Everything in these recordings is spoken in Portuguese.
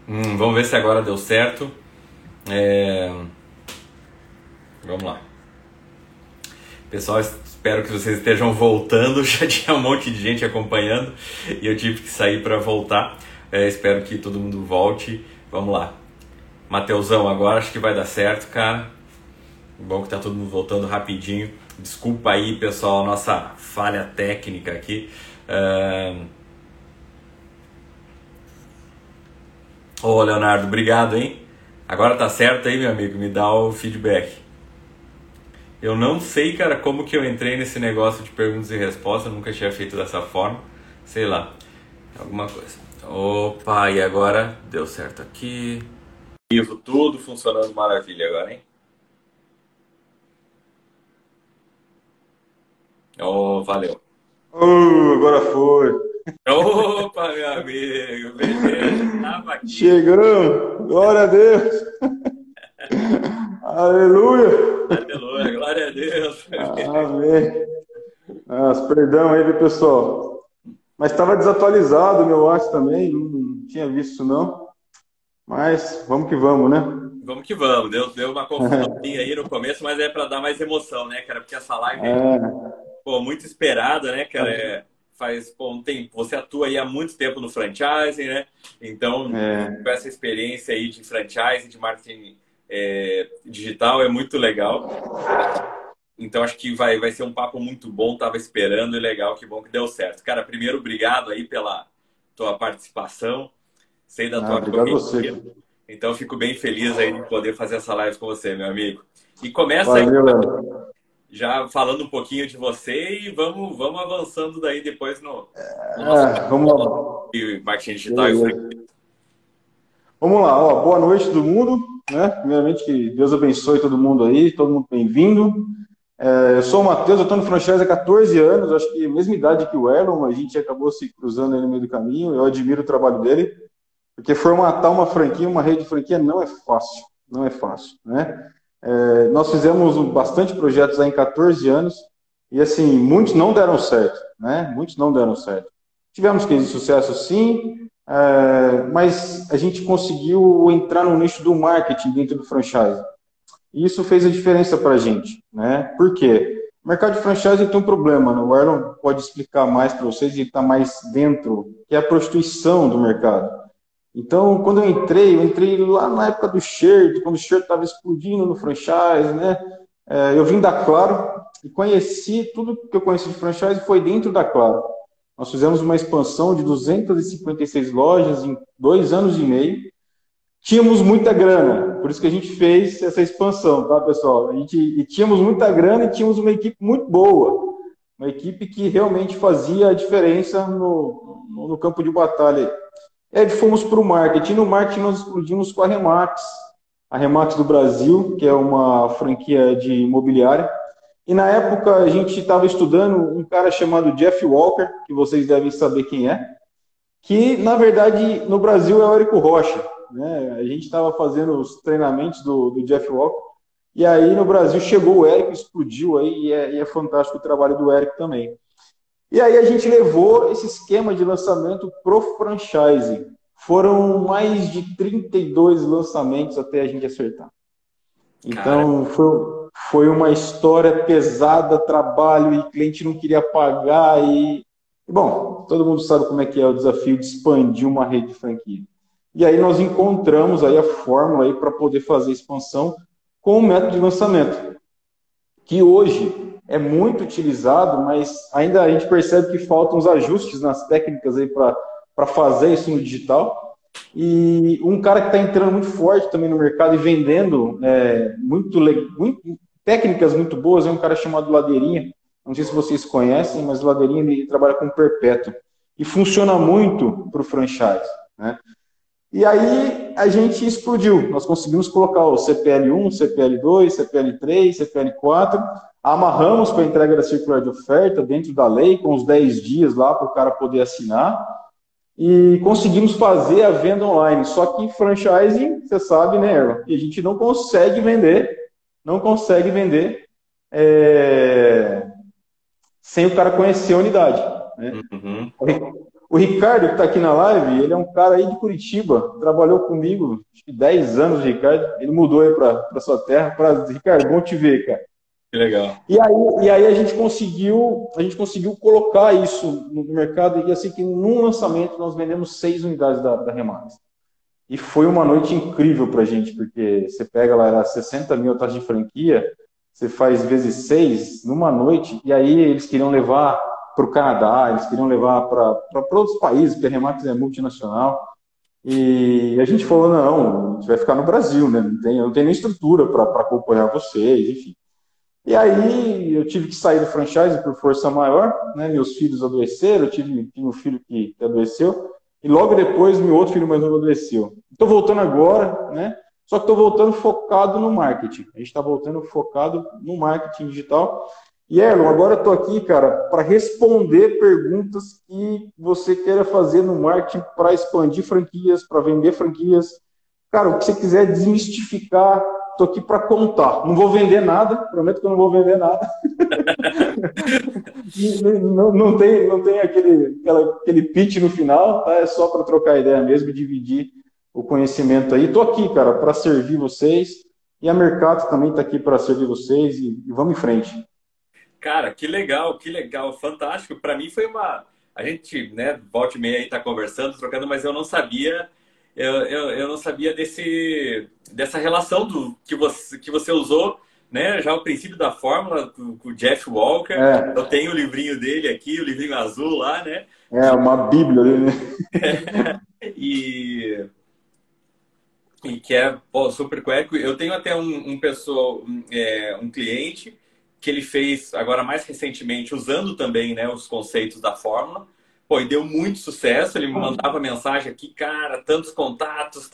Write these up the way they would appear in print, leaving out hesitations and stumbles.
Vamos ver se agora deu certo. É, Vamos lá. Pessoal, espero que vocês estejam voltando. Já tinha um monte de gente acompanhando e eu tive que sair para voltar. Espero que todo mundo volte. Vamos lá. Mateusão, agora acho que vai dar certo, cara. Bom que tá todo mundo voltando rapidinho. Desculpa aí, pessoal, a nossa falha técnica aqui. Ô, Leonardo, obrigado, hein? Agora tá certo aí, meu amigo? Me dá o feedback. Eu não sei, cara, como que eu entrei nesse negócio de perguntas e respostas. Eu nunca tinha feito dessa forma. Sei lá, alguma coisa. Opa, e agora deu certo aqui. Vivo tudo funcionando maravilha agora, hein? Oh, valeu. Agora foi. Opa, meu amigo, beleza? Tava aqui. Chegamos. Glória a Deus. Aleluia. Aleluia, glória a Deus. Amém. Perdão aí, viu, pessoal. Mas estava desatualizado o meu WhatsApp também. Não tinha visto isso, não. Mas vamos que vamos, né? Vamos que vamos. Deu uma confusãozinha aí no começo, mas é pra dar mais emoção, né, cara? Porque essa live é, É, pô, muito esperada, né, cara? Faz, pô, um tempo. Você atua aí há muito tempo no franchising, né? Então, é, com essa experiência aí de franchising, de marketing digital, é muito legal. Então, acho que vai ser um papo muito bom. Tava esperando e legal, que bom que deu certo. Cara, primeiro, obrigado aí pela tua participação. Sei da tua obrigado a correria. você. Então, eu fico bem feliz aí de poder fazer essa live com você, meu amigo. E começa aí Valeu, Léo. já falando um pouquinho de você e vamos avançando daí depois no nosso Vamos lá. marketing digital e franquia. Beleza. Vamos lá. Ó, boa noite, todo mundo. Né? Primeiramente, que Deus abençoe todo mundo aí, todo mundo bem-vindo. Eu sou o Matheus, eu estou no franchise há 14 anos, acho que a mesma idade que o Erlon, a gente acabou se cruzando aí no meio do caminho, eu admiro o trabalho dele, porque formatar uma franquia, uma rede de franquia não é fácil, não é fácil, né? Nós fizemos bastante projetos aí em 14 anos, e assim, muitos não deram certo, né? Muitos não deram certo. Tivemos cases de sucesso sim, mas a gente conseguiu entrar no nicho do marketing dentro do franchise. E isso fez a diferença para a gente, né? Por quê? O mercado de franchise tem um problema, né? O Erlon pode explicar mais para vocês, ele está mais dentro, que é a prostituição do mercado. Então, quando eu entrei lá na época do shirt, quando o shirt estava explodindo no franchise, né? Eu vim da Claro e conheci, tudo que eu conheci de franchise foi dentro da Claro. Nós fizemos uma expansão de 256 lojas em 2 anos e meio. Tínhamos muita grana, por isso que a gente fez essa expansão, tá, pessoal? E tínhamos muita grana e tínhamos uma equipe muito boa, uma equipe que realmente fazia a diferença no campo de batalha. E aí fomos para o marketing. No marketing nós explodimos com a Remax do Brasil, que é uma franquia de imobiliária. E na época a gente estava estudando um cara chamado Jeff Walker, que vocês devem saber quem é, que na verdade no Brasil é o Érico Rocha. Né? A gente estava fazendo os treinamentos do Jeff Walker, e aí no Brasil chegou o Érico, explodiu aí, e é fantástico o trabalho do Érico também. E aí a gente levou esse esquema de lançamento pro franchising. Foram mais de 32 lançamentos até a gente acertar. Cara, Então foi uma história pesada, trabalho, e cliente não queria pagar. Bom, todo mundo sabe como é que é o desafio de expandir uma rede de franquia. E aí nós encontramos aí a fórmula aí para poder fazer expansão com o método de lançamento, que hoje é muito utilizado, mas ainda a gente percebe que faltam os ajustes nas técnicas aí para fazer isso no digital. E um cara que está entrando muito forte também no mercado e vendendo muito, técnicas muito boas é um cara chamado Ladeirinha. Não sei se vocês conhecem, mas o Ladeirinha ele trabalha com perpétuo e funciona muito para o franchise, né? E aí a gente explodiu. Nós conseguimos colocar o CPL1, CPL2, CPL3, CPL4, amarramos para a entrega da circular de oferta dentro da lei, com os 10 dias lá para o cara poder assinar, e conseguimos fazer a venda online. Só que franchising, você sabe, né, Erla? E a gente não consegue vender é, sem o cara conhecer a unidade. Né? uhum. O Ricardo, que está aqui na live, ele é um cara aí de Curitiba, trabalhou comigo, acho que 10 anos, Ricardo. Ele mudou aí para sua terra. Ricardo, bom te ver, cara. Que legal. E aí a gente conseguiu colocar isso no mercado, e assim que num lançamento nós vendemos 6 unidades da Remax. E foi uma noite incrível para a gente, porque você pega lá, era 60 mil a taxa de franquia, você faz vezes 6 numa noite, e aí eles queriam levar para o Canadá, eles queriam levar para outros países, porque a Remax é multinacional. E a gente falou, não, a gente vai ficar no Brasil, né? Não tem nem estrutura para acompanhar vocês, enfim. E aí eu tive que sair do franchise por força maior, né? Meus filhos adoeceram, eu tive um filho que adoeceu, e logo depois meu outro filho mais novo adoeceu. Estou voltando agora, né? Só que estou voltando focado no marketing. A gente está voltando focado no marketing digital. E Erlon, agora eu estou aqui, cara, para responder perguntas que você queira fazer no marketing para expandir franquias, para vender franquias. Cara, o que você quiser desmistificar, estou aqui para contar. Não vou vender nada, prometo que eu não vou vender nada. não tem aquele pitch no final, tá? É só para trocar ideia mesmo e dividir o conhecimento aí. Estou aqui, cara, para servir vocês, e a Mercato também está aqui para servir vocês, e vamos em frente. Cara, que legal, fantástico. Para mim foi uma. A gente, né, volta e meia aí tá conversando, trocando, mas eu não sabia. Eu não sabia dessa relação que você usou, né? Já o princípio da fórmula com o Jeff Walker. É, Eu tenho o livrinho dele aqui, o livrinho azul lá, né? uma bíblia ali, né? E, e que é pô, super cueco. Eu tenho até um pessoal, um cliente que ele fez agora mais recentemente usando também, né, os conceitos da fórmula. Pô, e deu muito sucesso. Ele me mandava mensagem aqui, cara, tantos contatos,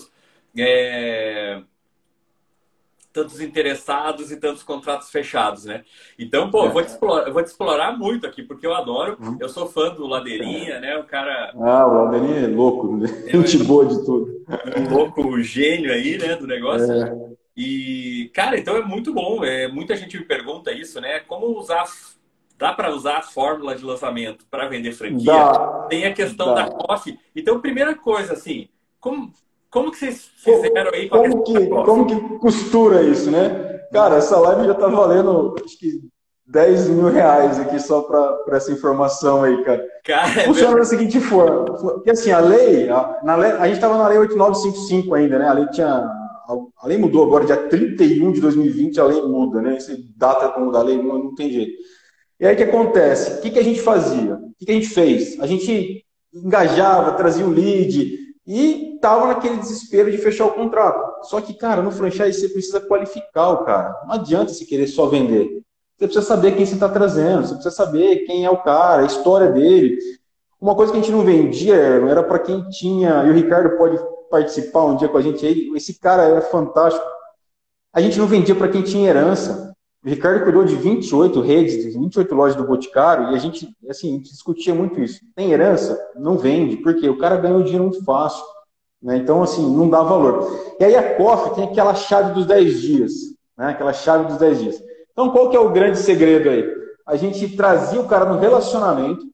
é, tantos interessados e tantos contratos fechados, né? Então, pô, eu vou te explorar muito aqui, porque eu adoro. Eu sou fã do Ladeirinha, né? O cara, Ah, o Aldeni é louco, né? Gente boa de tudo. um louco gênio aí, né, do negócio. E, cara, então é muito bom. Muita gente me pergunta isso, né? Como usar. Dá para usar a fórmula de lançamento para vender franquia? Dá, Tem a questão da dá. coffee. Então, primeira coisa, assim, como que vocês fizeram aí com a Como questão da que, coffee? como que costura isso, né? Cara, essa live já tá valendo, acho que 10 mil reais aqui só para essa informação aí, cara. Cara, é Funciona da verdade. seguinte forma, porque assim, a gente estava na lei 8955 ainda, né? A lei mudou agora, dia 31 de 2020, a lei muda, né? Esse data como da lei não tem jeito. E aí o que acontece? O que a gente fazia? O que a gente fez? A gente engajava, trazia o lead e tava naquele desespero de fechar o contrato. Só que, cara, no franchise você precisa qualificar o cara. Não adianta você querer só vender. Você precisa saber quem você está trazendo, você precisa saber quem é o cara, a história dele. Uma coisa que a gente não vendia era para quem tinha, e o Ricardo pode participar um dia com a gente aí, esse cara é fantástico. A gente não vendia para quem tinha herança. O Ricardo cuidou de 28 redes, de 28 lojas do Boticário, e a gente discutia muito isso. Tem herança? Não vende, porque o cara ganha o dinheiro muito fácil. Né? Então, assim, não dá valor. E aí a COF tem aquela chave dos 10 dias. Né? Aquela chave dos 10 dias. Então, qual que é o grande segredo aí? A gente trazia o cara no relacionamento,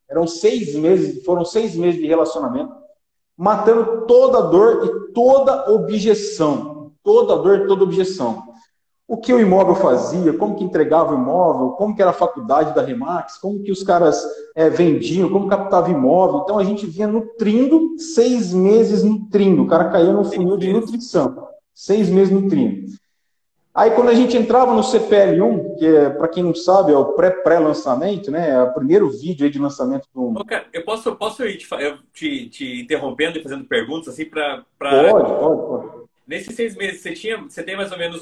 foram 6 meses de relacionamento, matando toda dor e toda objeção. Toda dor e toda objeção. O que o imóvel fazia, como que entregava o imóvel, como que era a faculdade da Remax, como que os caras vendiam, como captava imóvel. Então a gente vinha nutrindo, 6 meses nutrindo. O cara caía no funil de nutrição. 6 meses nutrindo. Aí quando a gente entrava no CPL1, que para quem não sabe, é o pré-lançamento, né? É o primeiro vídeo aí de lançamento do. Ô, cara, eu posso ir te interrompendo e fazendo perguntas assim para Pode. nesses 6 meses você tem mais ou menos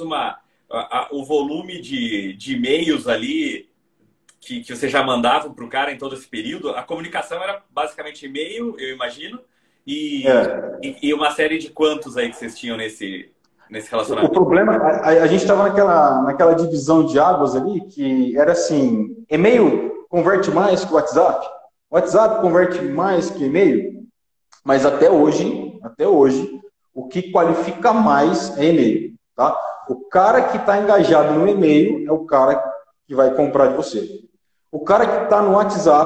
o volume de e-mails ali que você já mandava para o cara em todo esse período? A comunicação era basicamente e-mail, eu imagino, e, É. e uma série de quantos aí que vocês tinham nesse O relacionamento? problema, a gente estava naquela divisão de águas ali, que era assim, e-mail converte mais que o WhatsApp, WhatsApp converte mais que e-mail, mas até hoje, o que qualifica mais é e-mail, tá? O cara que está engajado no e-mail é o cara que vai comprar de você. O cara que está no WhatsApp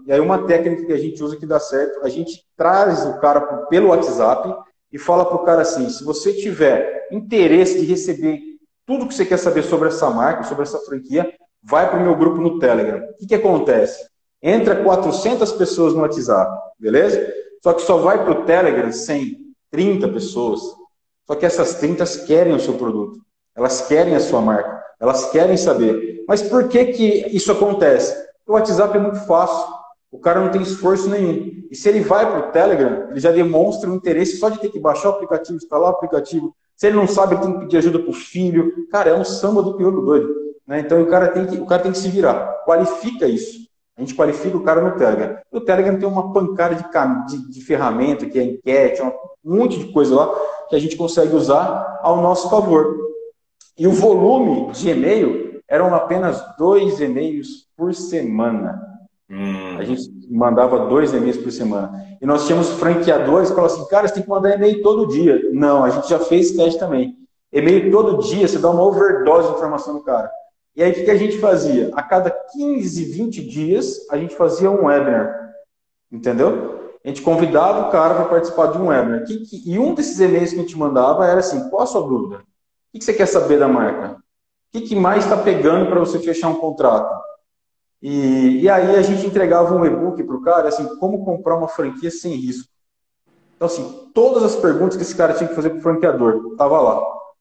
E aí uma técnica que a gente usa que dá certo, a gente traz o cara pelo WhatsApp e fala para o cara assim, se você tiver interesse de receber tudo que você quer saber sobre essa marca, sobre essa franquia, vai para o meu grupo no Telegram. O que acontece? Entra 400 pessoas no WhatsApp, beleza? Só que só vai para o Telegram 100, 30 pessoas. Só que essas 30 querem o seu produto. Elas querem a sua marca. Elas querem saber. Mas por que isso acontece? O WhatsApp é muito fácil. O cara não tem esforço nenhum. E se ele vai para o Telegram, ele já demonstra um interesse só de ter que baixar o aplicativo, instalar o aplicativo. Se ele não sabe, ele tem que pedir ajuda para o filho. Cara, é um samba do pior do doido. Né? Então o cara tem que se virar. Qualifica isso. A gente qualifica o cara no Telegram. O Telegram tem uma pancada de ferramenta, que é enquete, um monte de coisa lá que a gente consegue usar ao nosso favor. E o volume de e-mail eram apenas 2 e-mails por semana. A gente mandava 2 e-mails por semana. E nós tínhamos franqueadores que falavam assim, cara, você tem que mandar e-mail todo dia. Não, a gente já fez teste também. E-mail todo dia, você dá uma overdose de informação no cara. E aí, o que a gente fazia? A cada 15, 20 dias, a gente fazia um webinar. Entendeu? A gente convidava o cara para participar de um webinar. E um desses e-mails que a gente mandava era assim, qual a sua dúvida? O que você quer saber da marca? O que mais está pegando para você fechar um contrato? E aí a gente entregava um e-book para o cara, assim, como comprar uma franquia sem risco. Então, assim, todas as perguntas que esse cara tinha que fazer para o franqueador, estava lá.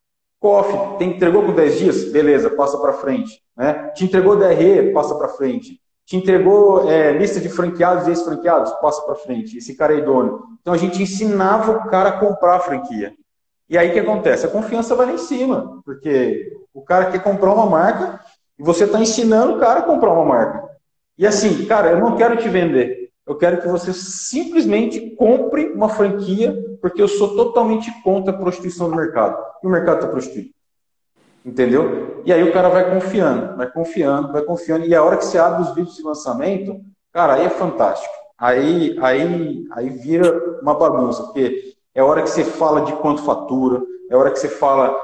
COF, entregou com 10 dias? Beleza, passa para frente. Né? Te entregou DRE? Passa para frente. Te entregou lista de franqueados e ex-franqueados? Passa para frente. Esse cara é idôneo. Então a gente ensinava o cara a comprar a franquia. E aí o que acontece? A confiança vai lá em cima. Porque o cara quer comprar uma marca e você está ensinando o cara a comprar uma marca. E assim, cara, eu não quero te vender. Eu quero que você simplesmente compre uma franquia, porque eu sou totalmente contra a prostituição do mercado. E o mercado está prostituído. Entendeu? E aí o cara vai confiando, vai confiando, vai confiando. E a hora que você abre os vídeos de lançamento, cara, aí é fantástico. Aí vira uma bagunça, porque é a hora que você fala de quanto fatura, é a hora que você fala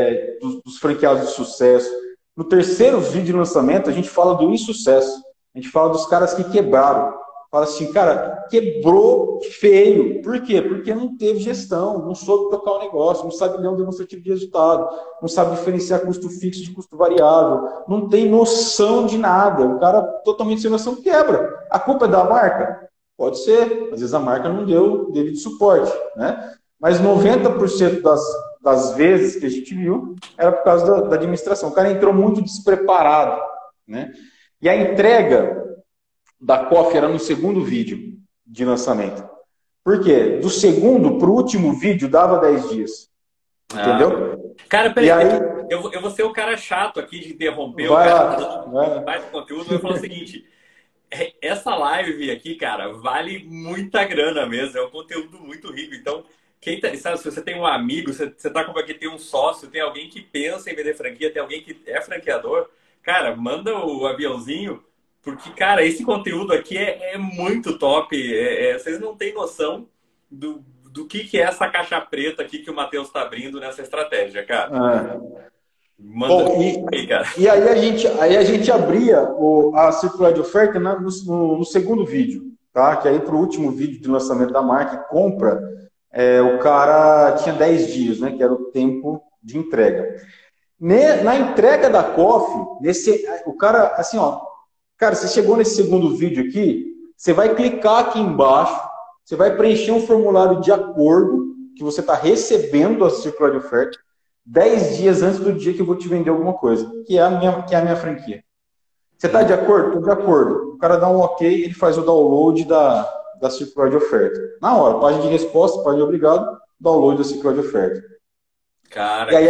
dos franqueados de sucesso. No terceiro vídeo de lançamento, a gente fala do insucesso. A gente fala dos caras que quebraram. Fala assim, cara, quebrou feio. Por quê? Porque não teve gestão, não soube tocar o negócio, não sabe ler um demonstrativo de resultado, não sabe diferenciar custo fixo de custo variável, não tem noção de nada. O cara totalmente sem noção quebra. A culpa é da marca? Pode ser. Às vezes a marca não deu devido suporte, né? Mas 90% das vezes que a gente viu era por causa da administração. O cara entrou muito despreparado, né? E a entrega da COF era no segundo vídeo de lançamento. Por quê? Do segundo para o último vídeo dava 10 dias. Entendeu? Cara, peraí, aí, eu vou ser o cara chato aqui de interromper vai o cara lá, dando mais conteúdo. Eu vou falar o seguinte, essa live aqui, cara, vale muita grana mesmo, é um conteúdo muito rico. Então, quem tá, sabe, se você tem um amigo, você tá com aqui, tem um sócio, tem alguém que pensa em vender franquia, tem alguém que é franqueador, cara, manda o aviãozinho. Porque, cara, esse conteúdo aqui é muito top. Vocês não têm noção do que é essa caixa preta aqui que o Matheus está abrindo nessa estratégia, cara. Manda. Bom, aí, cara. E aí a gente abria a circular de oferta no segundo vídeo, tá? Que aí para o último vídeo de lançamento da marca e compra, o cara tinha 10 dias, né? Que era o tempo de entrega. Na entrega da COF, o cara, assim, ó, cara, você chegou nesse segundo vídeo aqui, você vai clicar aqui embaixo, você vai preencher um formulário de acordo que você está recebendo a circular de oferta 10 dias antes do dia que eu vou te vender alguma coisa, que é a minha franquia. Você está de acordo? Estou de acordo. O cara dá um ok, ele faz o download da circular de oferta. Na hora, página de resposta, página de obrigado, download da circular de oferta. Cara, e aí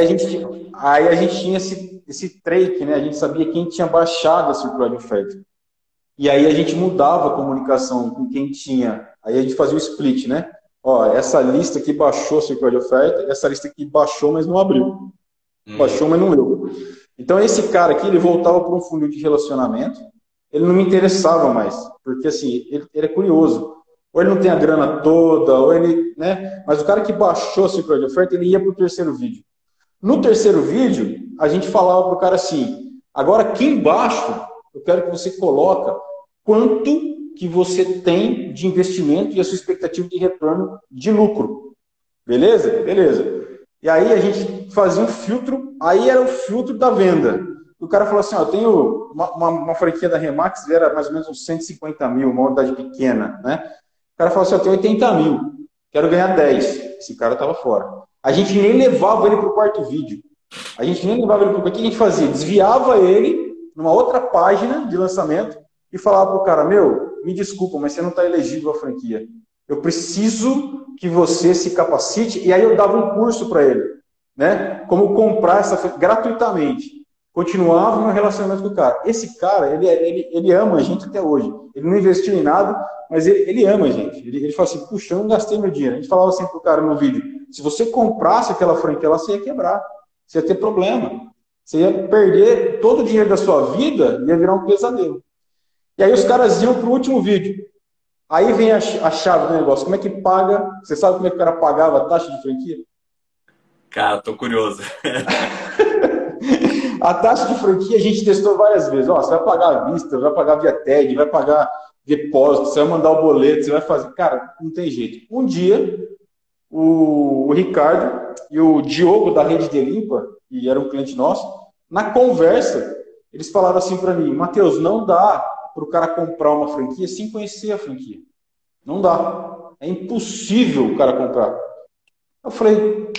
a gente tinha esse trake, né? A gente sabia quem tinha baixado a circular de oferta. E aí a gente mudava a comunicação com quem tinha. Aí a gente fazia o split, né? Ó, essa lista aqui baixou a circular de oferta, essa lista aqui baixou, mas não abriu. Baixou, mas não leu. Então esse cara aqui, ele voltava para um funil de relacionamento, ele não me interessava mais, porque assim, ele é curioso. Ou ele não tem a grana toda, ou ele, né? Mas o cara que baixou a circular de oferta, ele ia para o terceiro vídeo. No terceiro vídeo, a gente falava para o cara assim, agora aqui embaixo, eu quero que você coloca quanto que você tem de investimento e a sua expectativa de retorno de lucro. Beleza? Beleza. E aí a gente fazia um filtro, aí era o filtro da venda. O cara falou assim, ó, eu tenho uma franquia da Remax, era mais ou menos uns 150 mil, uma unidade pequena, né? O cara falou assim, eu tenho 80 mil, quero ganhar 10. Esse cara estava fora. A gente nem levava ele para o quarto vídeo. A gente nem levava ele para o quarto. O que a gente fazia? Desviava ele numa outra página de lançamento e falava para o cara, meu, me desculpa, mas você não está elegível à franquia. Eu preciso que você se capacite. E aí eu dava um curso para ele, né? Como comprar essa gratuitamente. Continuava no relacionamento com o cara. Esse cara, ele ama a gente até hoje. Ele não investiu em nada, mas ele ama a gente. Ele fala assim, puxa, eu não gastei meu dinheiro. A gente falava assim pro cara no vídeo, se você comprasse aquela franquia, você ia quebrar. Você ia ter problema. Você ia perder todo o dinheiro da sua vida e ia virar um pesadelo. E aí os caras iam pro último vídeo. Aí vem a chave do negócio. Como é que paga? Você sabe como é que o cara pagava a taxa de franquia? Cara, tô curioso. A taxa de franquia a gente testou várias vezes. Ó, você vai pagar à vista, vai pagar via TED, vai pagar depósito, você vai mandar o boleto, você vai fazer. Cara, não tem jeito. Um dia, o Ricardo e o Diogo da Rede de Limpa, que era um cliente nosso, na conversa, eles falaram assim para mim, Matheus, não dá para o cara comprar uma franquia sem conhecer a franquia. Não dá. É impossível o cara comprar. Eu falei,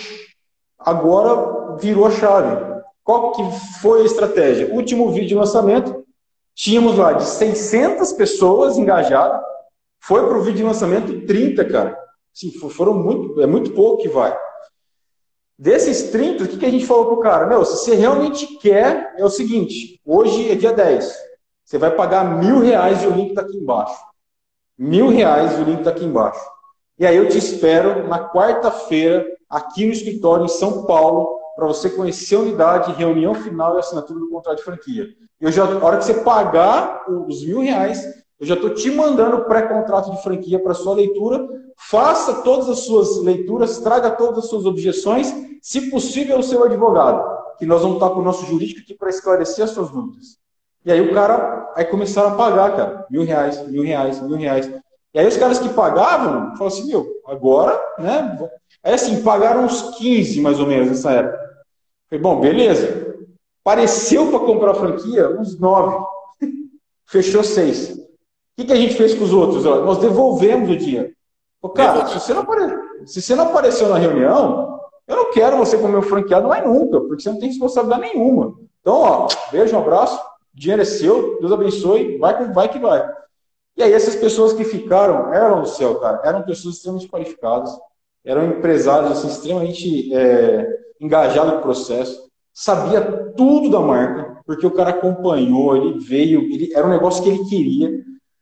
agora virou a chave. Qual que foi a estratégia? Último vídeo de lançamento, tínhamos lá de 600 pessoas engajadas, foi para o vídeo de lançamento 30, cara. Sim, é muito pouco que vai. Desses 30, o que a gente falou pro cara? Meu, se você realmente quer, é o seguinte, hoje é dia 10, você vai pagar R$1.000 e o link está aqui embaixo. R$1.000 e o link está aqui embaixo. E aí eu te espero na quarta-feira, aqui no escritório em São Paulo, para você conhecer a unidade, reunião final e assinatura do contrato de franquia. A hora que você pagar os R$1.000, eu já estou te mandando o pré-contrato de franquia para sua leitura. Faça todas as suas leituras, traga todas as suas objeções, se possível, o seu advogado, que nós vamos estar com o nosso jurídico aqui para esclarecer as suas dúvidas. E aí aí começaram a pagar, cara, R$1.000, R$1.000, R$1.000. E aí os caras que pagavam, falaram assim, meu, agora, né? Aí assim, pagaram uns 15 mais ou menos nessa época. Falei, bom, beleza. Apareceu para comprar a franquia uns 9. Fechou 6. O que a gente fez com os outros? Nós devolvemos o dinheiro. Falei, cara, se você não apareceu na reunião, eu não quero você como meu franqueado mais nunca, porque você não tem responsabilidade nenhuma. Então, ó, beijo, um abraço, o dinheiro é seu, Deus abençoe, vai que vai. E aí essas pessoas que ficaram, eram no céu, cara, eram pessoas extremamente qualificadas, eram empresários assim, extremamente engajados no processo, sabia tudo da marca, porque o cara acompanhou, ele veio, era um negócio que ele queria,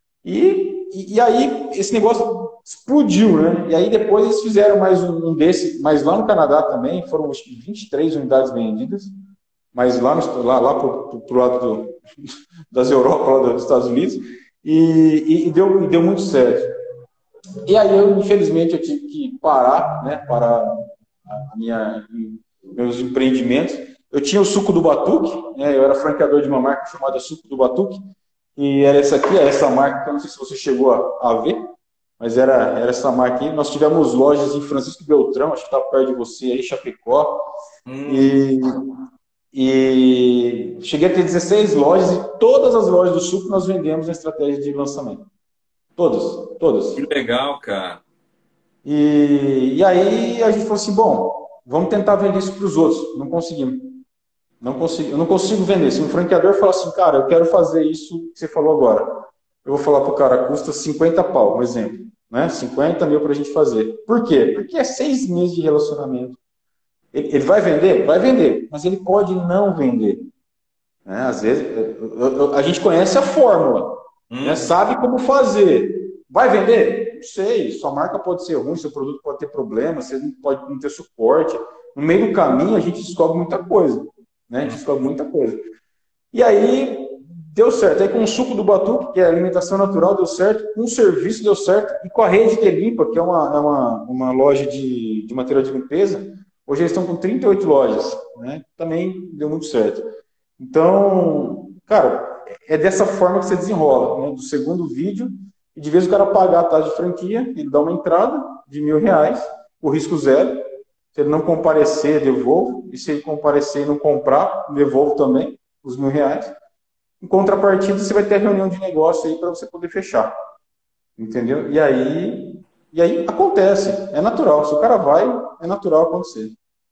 e aí esse negócio explodiu, né? E aí depois eles fizeram mais um desse, mas lá no Canadá também, foram acho que 23 unidades vendidas, mas lá pro lado das Europa, lá dos Estados Unidos, e deu muito certo. E aí infelizmente, eu tive que parar, né, para meus empreendimentos. Eu tinha o Suco do Batuque, né, eu era franqueador de uma marca chamada Suco do Batuque, e era essa marca, que eu não sei se você chegou a ver, mas era essa marca aí. Nós tivemos lojas em Francisco Beltrão, acho que está perto de você aí, Chapecó, e cheguei a ter 16 lojas, e todas as lojas do Suco nós vendemos na estratégia de lançamento. Todas. Que legal, cara. E aí a gente falou assim, bom, vamos tentar vender isso para os outros. Não conseguimos. Eu não consigo vender. Se um franqueador fala assim, cara, eu quero fazer isso que você falou agora, eu vou falar para o cara, custa 50 pau, um exemplo, né? 50 mil para a gente fazer. Por quê? Porque é 6 meses de relacionamento. Ele vai vender? Vai vender, mas ele pode não vender. Né? Às vezes, a gente conhece a fórmula, né? Sabe como fazer. Vai vender? Não sei, sua marca pode ser ruim, seu produto pode ter problema, você não pode não ter suporte. No meio do caminho, a gente descobre muita coisa. Né? A gente descobre muita coisa. E aí, deu certo. Aí com o Suco do Batuque, que é alimentação natural, deu certo. Com o serviço, deu certo. E com a Rede de Limpa, que é uma loja de material de limpeza, hoje eles estão com 38 lojas. Né? Também deu muito certo. Então, cara, é dessa forma que você desenrola. Né? Do segundo vídeo, e de vez o cara pagar a taxa de franquia, ele dá uma entrada de R$ 1.000, o risco zero. Se ele não comparecer, devolvo. E se ele comparecer e não comprar, devolvo também os R$ 1.000. Em contrapartida, você vai ter a reunião de negócio aí para você poder fechar. Entendeu? E aí acontece. É natural. Se o cara vai, é natural acontecer.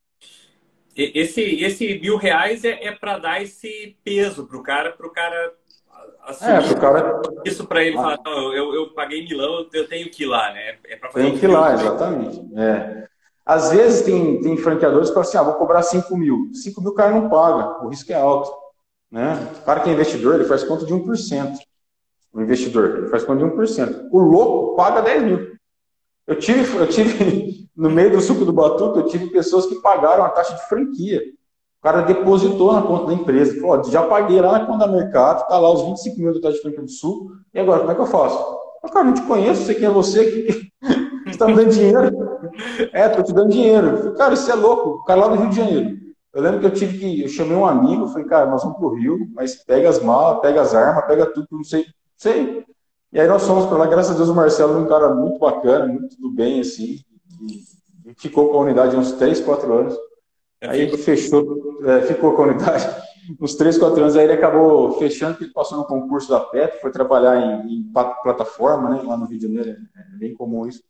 Esse R$ 1.000 é para dar esse peso pro cara assumir Pro cara. isso para ele falar, não, eu paguei milão, eu tenho que ir lá, né? É para fazer Tem que ir lá, exatamente. Às vezes tem franqueadores que falam assim, vou cobrar 5 mil. 5 mil o cara não paga, o risco é alto. Né? O cara que é investidor, ele faz conta de 1%. O investidor, ele faz conta de 1%. O louco paga 10 mil. Eu tive no meio do suco do Batuta, eu tive pessoas que pagaram a taxa de franquia. O cara depositou na conta da empresa. Falou, já paguei lá na conta da Mercado, tá lá os 25 mil da taxa de franquia do Sul, e agora, como é que eu faço? Cara, não te conheço, sei quem é você, você está me dando dinheiro. Tô te dando dinheiro. Falei, cara, isso é louco. O cara lá do Rio de Janeiro. Eu lembro que eu chamei um amigo, falei, cara, nós vamos pro Rio, mas pega as malas, pega as armas, pega tudo, não sei. E aí nós fomos para lá, graças a Deus o Marcelo é um cara muito bacana, muito do bem, assim, e ficou com a unidade uns 3, 4 anos. Aí ele ficou com a unidade uns 3, 4 anos, aí ele acabou fechando, porque ele passou no concurso da Petro, foi trabalhar em plataforma, né, lá no Rio de Janeiro, é bem comum isso.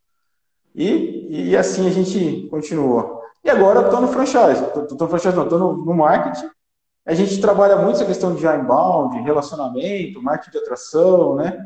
E assim a gente continua. E agora eu estou no franchise, estou no marketing. A gente trabalha muito essa questão de inbound, relacionamento, marketing de atração, né?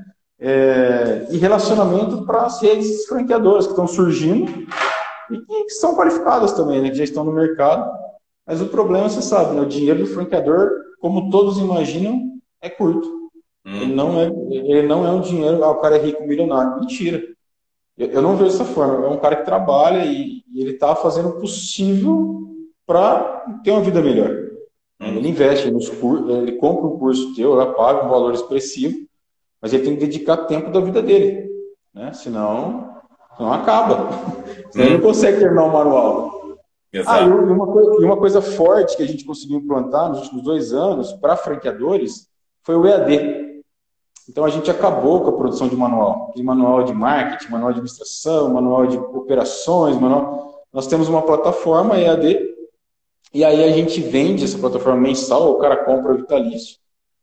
E relacionamento para as redes franqueadoras que estão surgindo e que são qualificadas também, né? Que já estão no mercado. Mas o problema, você sabe, né? O dinheiro do franqueador, como todos imaginam, é curto. Ele não é um dinheiro, o cara é rico, milionário. Mentira. Eu não vejo dessa forma. É um cara que trabalha e ele está fazendo o possível para ter uma vida melhor. Ele investe nos cursos, ele compra um curso teu, ela paga um valor expressivo, mas ele tem que dedicar tempo da vida dele, né? Senão acaba. Senão ele não consegue terminar o manual. Exato. E uma coisa forte que a gente conseguiu implantar nos últimos 2 anos para franqueadores foi o EAD. Então, a gente acabou com a produção de manual. Tem manual de marketing, manual de administração, manual de operações, Nós temos uma plataforma EAD, e aí a gente vende essa plataforma mensal, o cara compra o vitalício,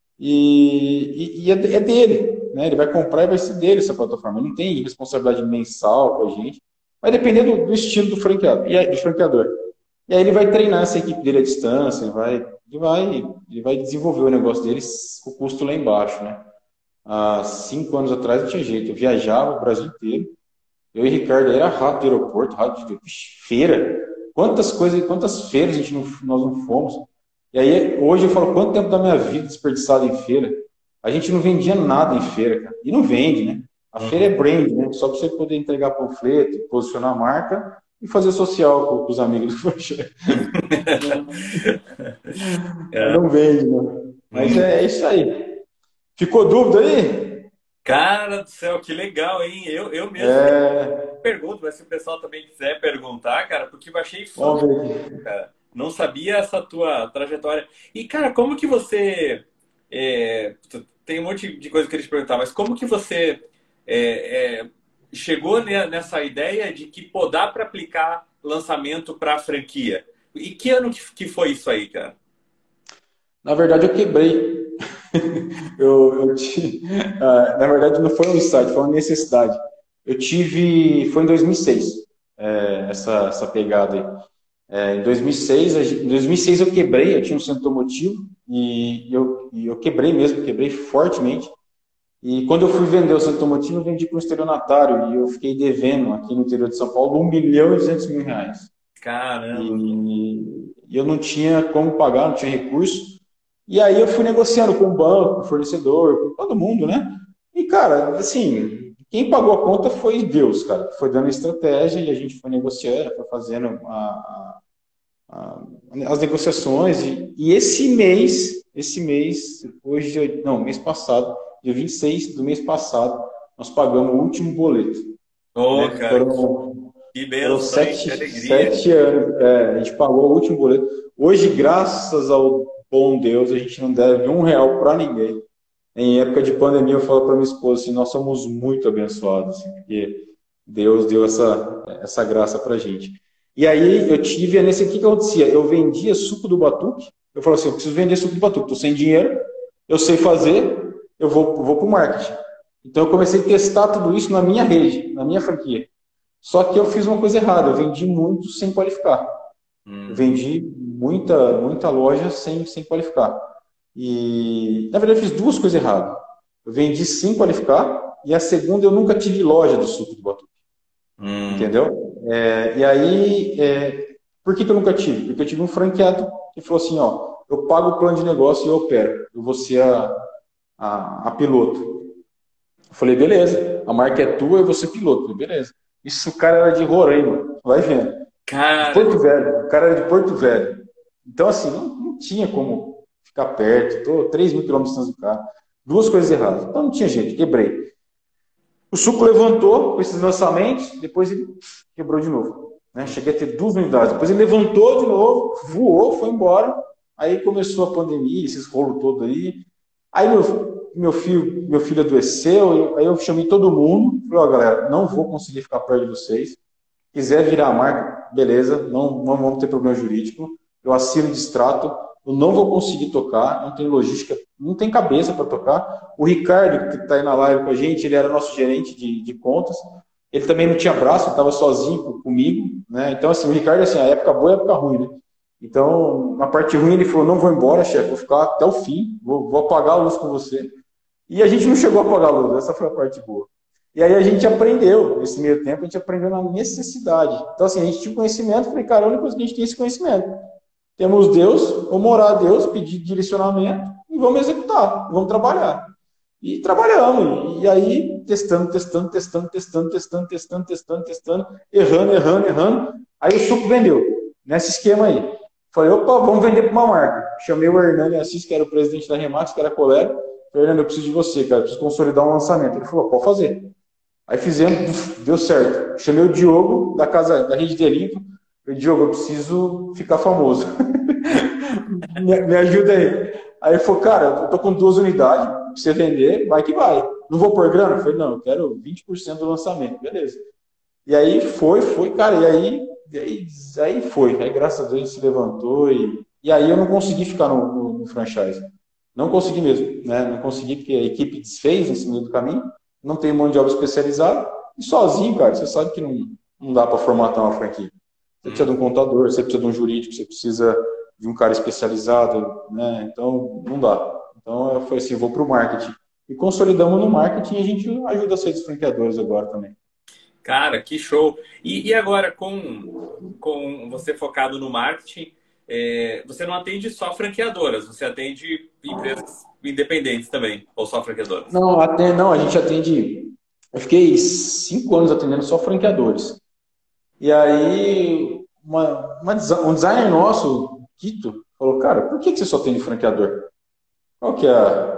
e é dele, né? Ele vai comprar e vai ser dele essa plataforma. Não tem responsabilidade mensal com a gente. Vai depender do estilo do franqueador. E aí ele vai treinar essa equipe dele à distância, ele vai desenvolver o negócio dele com o custo lá embaixo, né? Há 5 anos atrás não tinha jeito. Eu viajava o Brasil inteiro. Eu e Ricardo era rato de aeroporto, rato de feira. Quantas feiras nós não fomos. E aí, hoje eu falo, quanto tempo da minha vida desperdiçado em feira? A gente não vendia nada em feira, cara. E não vende, né? A feira é brand, né? Só para você poder entregar panfleto, posicionar a marca e fazer social com os amigos do franchise. Não vende, né? Mas é isso aí. Ficou dúvida aí? Cara do céu, que legal, hein? Eu mesmo pergunto, mas se o pessoal também quiser perguntar, cara, porque eu achei foda, cara. Não sabia essa tua trajetória. E, cara, como que você... tem um monte de coisa que eu queria te perguntar, mas como que você chegou nessa ideia de que dá para aplicar lançamento para franquia? E que ano que foi isso aí, cara? Na verdade, eu quebrei. Na verdade, não foi um insight, foi uma necessidade. Foi em 2006, essa pegada aí. Em 2006 eu quebrei, eu tinha um centro automotivo e eu quebrei mesmo, quebrei fortemente. E quando eu fui vender o centro automotivo, eu vendi para um estelionatário e eu fiquei devendo aqui no interior de São Paulo R$ 1.200.000. Caramba! E eu não tinha como pagar, não tinha recurso. E aí eu fui negociando com o banco, com o fornecedor, com todo mundo, né? E, cara, assim, quem pagou a conta foi Deus, cara. Foi dando estratégia e a gente foi negociando, foi fazendo as negociações. E esse mês, mês passado, dia 26 do mês passado, nós pagamos o último boleto. Né? Cara, que belo, 7 anos. A gente pagou o último boleto. Hoje, graças ao bom Deus, a gente não deve R$1 para ninguém. Em época de pandemia, eu falo para minha esposa assim, nós somos muito abençoados, assim, porque Deus deu essa graça para gente. E aí eu tive, nesse aqui que acontecia, eu vendia suco do Batuque, eu falo assim, eu preciso vender suco do Batuque, estou sem dinheiro, eu sei fazer, eu vou para o marketing. Então eu comecei a testar tudo isso na minha rede, na minha franquia. Só que eu fiz uma coisa errada, eu vendi muito sem qualificar. Eu vendi muita loja sem qualificar. E, na verdade, eu fiz duas coisas erradas. Eu vendi sem qualificar e a segunda eu nunca tive loja do suco do Batuque. Entendeu? E aí, por que eu nunca tive? Porque eu tive um franqueado que falou assim, ó, eu pago o plano de negócio e eu opero. Eu vou ser a piloto. Eu falei, beleza, a marca é tua, eu vou ser piloto. Eu falei, beleza. Isso, o cara era de Roraima, vai vendo. De Porto Velho, o cara era de Porto Velho. Então, assim, não tinha como ficar perto, estou 3 mil quilômetros do carro. Duas coisas erradas. Então não tinha jeito, quebrei. O suco levantou com esses lançamentos, depois ele quebrou de novo. Né? Cheguei a ter 2 unidades. Depois ele levantou de novo, voou, foi embora. Aí começou a pandemia, esses rolos todos aí. Aí meu filho adoeceu, aí eu chamei todo mundo. Falei, ó, galera, não vou conseguir ficar perto de vocês. Quiser virar a marca, beleza, não vamos ter problema jurídico. Eu assino de extrato, eu não vou conseguir tocar, não tem logística, não tem cabeça para tocar. O Ricardo, que está aí na live com a gente, ele era nosso gerente de contas, ele também não tinha braço, estava sozinho comigo, né? Então, assim, o Ricardo, assim, a época boa e a época ruim, né? Então, na parte ruim, ele falou, não vou embora, chefe, vou ficar até o fim, vou apagar a luz com você. E a gente não chegou a apagar a luz, essa foi a parte boa. E aí a gente aprendeu, nesse meio tempo, a gente aprendeu na necessidade. Então, assim, a gente tinha conhecimento, falei, cara, a única coisa que a gente tem é esse conhecimento. Temos Deus, vamos orar a Deus, pedir direcionamento e vamos executar, vamos trabalhar. E trabalhamos. E aí, testando, errando. Aí o suco vendeu, nesse esquema aí. Falei, opa, vamos vender para uma marca. Chamei o Hernani Assis, que era o presidente da Remax, que era colega. Falei, Hernani, eu preciso de você, cara, eu preciso consolidar um lançamento. Ele falou, pode fazer. Aí fizemos, deu certo. Chamei o Diogo, da rede de Elimpo. Falei, Diogo, eu preciso ficar famoso. me ajuda aí. Aí ele falou, cara, eu tô com 2 unidades, pra você vender, vai que vai. Não vou pôr grana? Eu falei, não, eu quero 20% do lançamento. Beleza. E aí foi, cara, e aí foi. Aí graças a Deus ele se levantou e aí eu não consegui ficar no franchise. Não consegui mesmo, né? Não consegui porque a equipe desfez nesse meio do caminho, não tem mão de obra especializada e sozinho, cara, você sabe que não dá para formatar uma franquia. Você precisa de um contador, você precisa de um jurídico, você precisa de um cara especializado, né? Então, não dá. Então, eu falei assim, vou para o marketing. E consolidamos no marketing e a gente ajuda a ser dos franqueadores agora também. Cara, que show! E agora, com você focado no marketing, você não atende só franqueadoras, você atende empresas independentes também, ou só franqueadoras? Não, a gente atende... Eu fiquei 5 anos atendendo só franqueadores. E aí, um designer nosso, Quito, falou, cara, por que você só atende franqueador? Qual que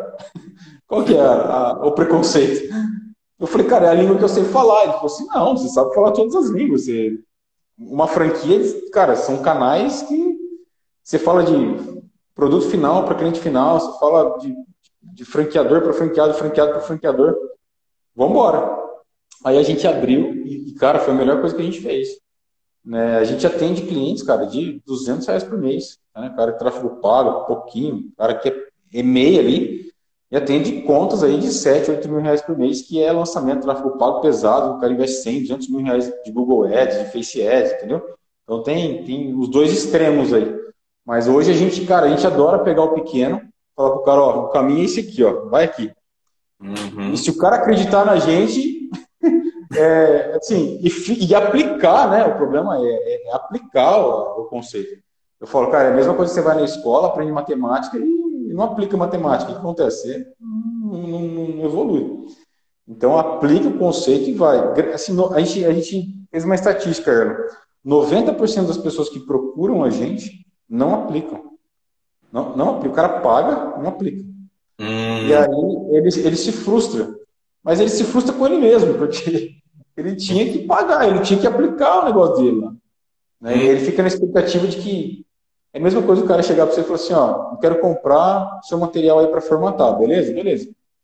é o preconceito? Eu falei, cara, é a língua que eu sei falar. Ele falou assim, não, você sabe falar todas as línguas. Uma franquia, cara, são canais que você fala de produto final para cliente final, você fala de franqueador para franqueado, franqueado para franqueador. Vamos embora. Aí a gente abriu e, cara, foi a melhor coisa que a gente fez. Né? A gente atende clientes, cara, de R$200 por mês. Né? Cara que tráfego pago, pouquinho, cara que é e-mail ali, e atende contas aí de 7, 8 mil reais por mês, que é lançamento, tráfego pago pesado, o cara investe 100, 200 mil reais de Google Ads, de Face Ads, entendeu? Então tem os dois extremos aí. Mas hoje a gente adora pegar o pequeno, falar pro cara, ó, o caminho é esse aqui, ó, vai aqui. Uhum. E se o cara acreditar na gente, assim, e aplicar, né? O problema é aplicar o conceito. Eu falo, cara, é a mesma coisa que você vai na escola, aprende matemática e não aplica matemática. O que acontece? Você não evolui. Então, aplica o conceito e vai. Assim, a gente fez uma estatística, Erno. 90% das pessoas que procuram a gente não aplicam. Não aplica. O cara paga, não aplica. E aí ele se frustra. Mas ele se frustra com ele mesmo, porque ele tinha que pagar, ele tinha que aplicar o negócio dele lá. Né? E ele fica na expectativa de que é a mesma coisa o cara chegar para você e falar assim, ó, eu quero comprar seu material aí para formatar, beleza? Beleza.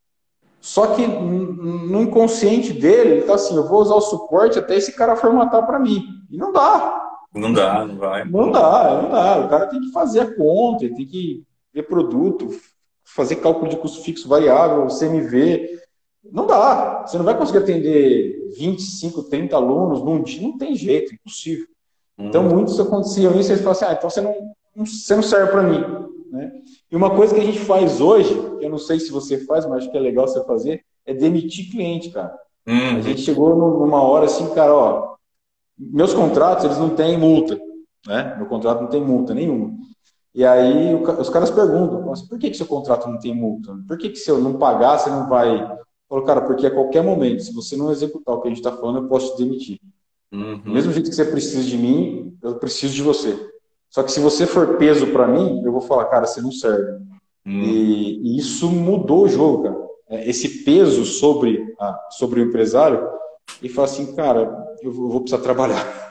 Só que no inconsciente dele, ele tá assim, eu vou usar o suporte até esse cara formatar para mim. E não dá. Não dá, não vai. Não dá, não dá. O cara tem que fazer a conta, ele tem que ver produto, fazer cálculo de custo fixo variável, CMV. Não dá. Você não vai conseguir atender 25, 30 alunos num dia. Não tem jeito, é impossível. Então, muitos aconteciam isso e eles falam assim, então você não serve para mim. Né? E uma coisa que a gente faz hoje, que eu não sei se você faz, mas acho que é legal você fazer, é demitir cliente, cara. A gente chegou numa hora assim, cara, ó, meus contratos, eles não têm multa, né? Meu contrato não tem multa nenhuma. E aí os caras perguntam, por que seu contrato não tem multa? Por que se eu não pagar, você não vai... Eu falo, cara, porque a qualquer momento, se você não executar o que a gente está falando, eu posso te demitir. Do mesmo jeito que você precisa de mim, eu preciso de você. Só que se você for peso para mim, eu vou falar, cara, você não serve. E isso mudou o jogo, cara. Esse peso sobre o empresário, e fala assim, cara, eu vou precisar trabalhar.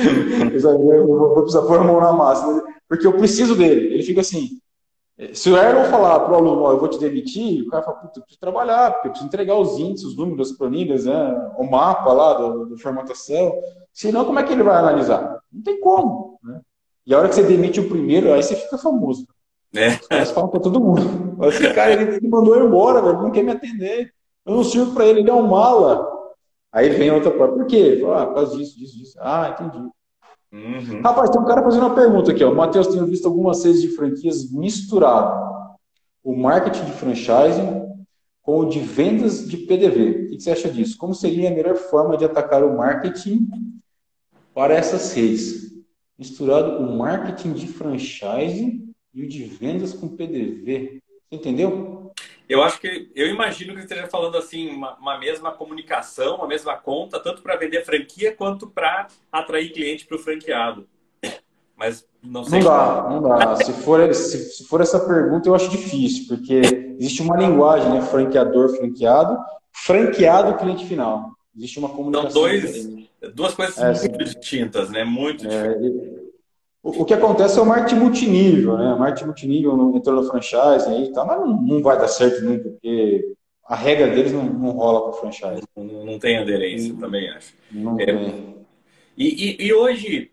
Eu vou precisar pôr a mão na massa, porque eu preciso dele. Ele fica assim, se o Erlon falar para o aluno, ó, eu vou te demitir, o cara fala, puta, eu preciso trabalhar, porque eu preciso entregar os índices, os números, as planilhas, né, o mapa lá da formatação. Senão, como é que ele vai analisar? Não tem como. Né? E a hora que você demite o primeiro, aí você fica famoso. Os caras falam para todo mundo. Esse cara, ele me mandou eu embora, velho, não quer me atender. Eu não sirvo para ele, ele é um mala. Aí vem outra parte. Por quê? Fala, por causa disso. Ah, entendi. Rapaz, tem um cara fazendo uma pergunta aqui, ó. O Matheus, tenho visto algumas redes de franquias misturado o marketing de franchising com o de vendas de PDV. O que você acha disso? Como seria a melhor forma de atacar o marketing para essas redes? Misturado o marketing de franchising e o de vendas com PDV. Você entendeu? Eu imagino que você esteja falando assim, uma mesma comunicação, uma mesma conta, tanto para vender franquia quanto para atrair cliente para o franqueado. Mas não sei. Não dá. Se for essa pergunta, eu acho difícil, porque existe uma linguagem, né? Franqueador, franqueado, cliente final. Existe uma comunicação. São duas coisas muito distintas, né? Muito diferentes. O que acontece é o marketing multinível, né? O marketing multinível entrou no franchise aí, tá, mas não vai dar certo nunca, porque a regra deles não rola para franchise. Não tem aderência, também acho. Não tem. E hoje,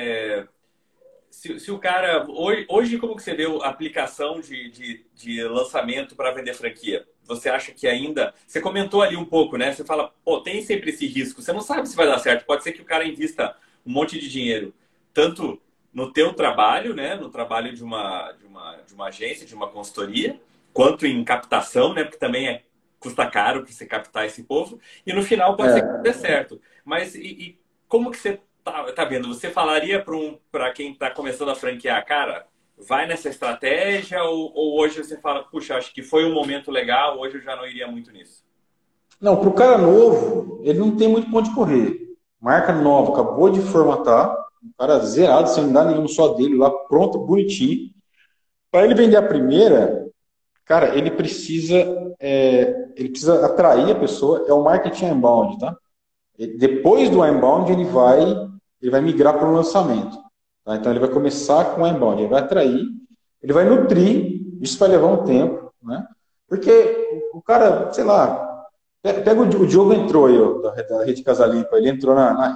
se o cara... Hoje, como que você vê a aplicação de lançamento para vender franquia? Você acha que ainda... Você comentou ali um pouco, né? Você fala, pô, tem sempre esse risco. Você não sabe se vai dar certo. Pode ser que o cara invista um monte de dinheiro, tanto no teu trabalho, né? No trabalho de uma agência, de uma consultoria, quanto em captação, né? Porque também custa caro para você captar esse povo. E no final pode ser que dê certo. Mas como que você tá vendo? Você falaria para quem está começando a franquear, cara, vai nessa estratégia? Ou hoje você fala, puxa, acho que foi um momento legal, hoje eu já não iria muito nisso? Não, para o cara novo, ele não tem muito ponto de correr. Marca nova, acabou de formatar, um cara zerado, sem dar nenhum só dele lá, pronto, bonitinho. Para ele vender a primeira, cara, ele precisa atrair a pessoa, é o marketing inbound, tá? Depois do inbound, ele vai migrar para o lançamento. Tá? Então, ele vai começar com o inbound, ele vai atrair, ele vai nutrir, isso vai levar um tempo, né? Porque o cara, sei lá, pega o Diogo entrou aí, ó, da Rede Casa Limpa, ele entrou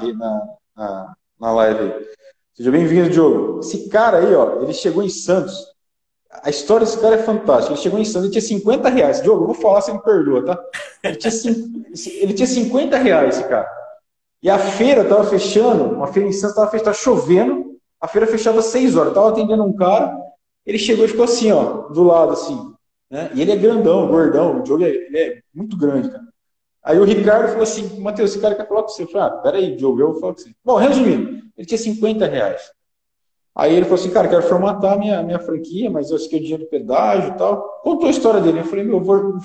na live aí. Seja bem-vindo, Diogo. Esse cara aí, ó, ele chegou em Santos. A história desse cara é fantástica. Ele chegou em Santos, ele tinha R$50. Diogo, eu vou falar, você me perdoa, tá? Ele tinha R$50, esse cara. E a feira tava fechando, uma feira em Santos tava chovendo, a feira fechava às 6 horas. Tava atendendo um cara, ele chegou e ficou assim, ó, do lado, assim. Né? E ele é grandão, gordão, o Diogo ele é muito grande, cara. Aí o Ricardo falou assim, Matheus, esse cara quer falar com você. Eu falei, peraí, Diogo, eu vou falar com você. Bom, resumindo, ele tinha R$50. Aí ele falou assim, cara, quero formatar minha franquia, mas eu sei o dinheiro do pedágio e tal. Contou a história dele. Eu falei, eu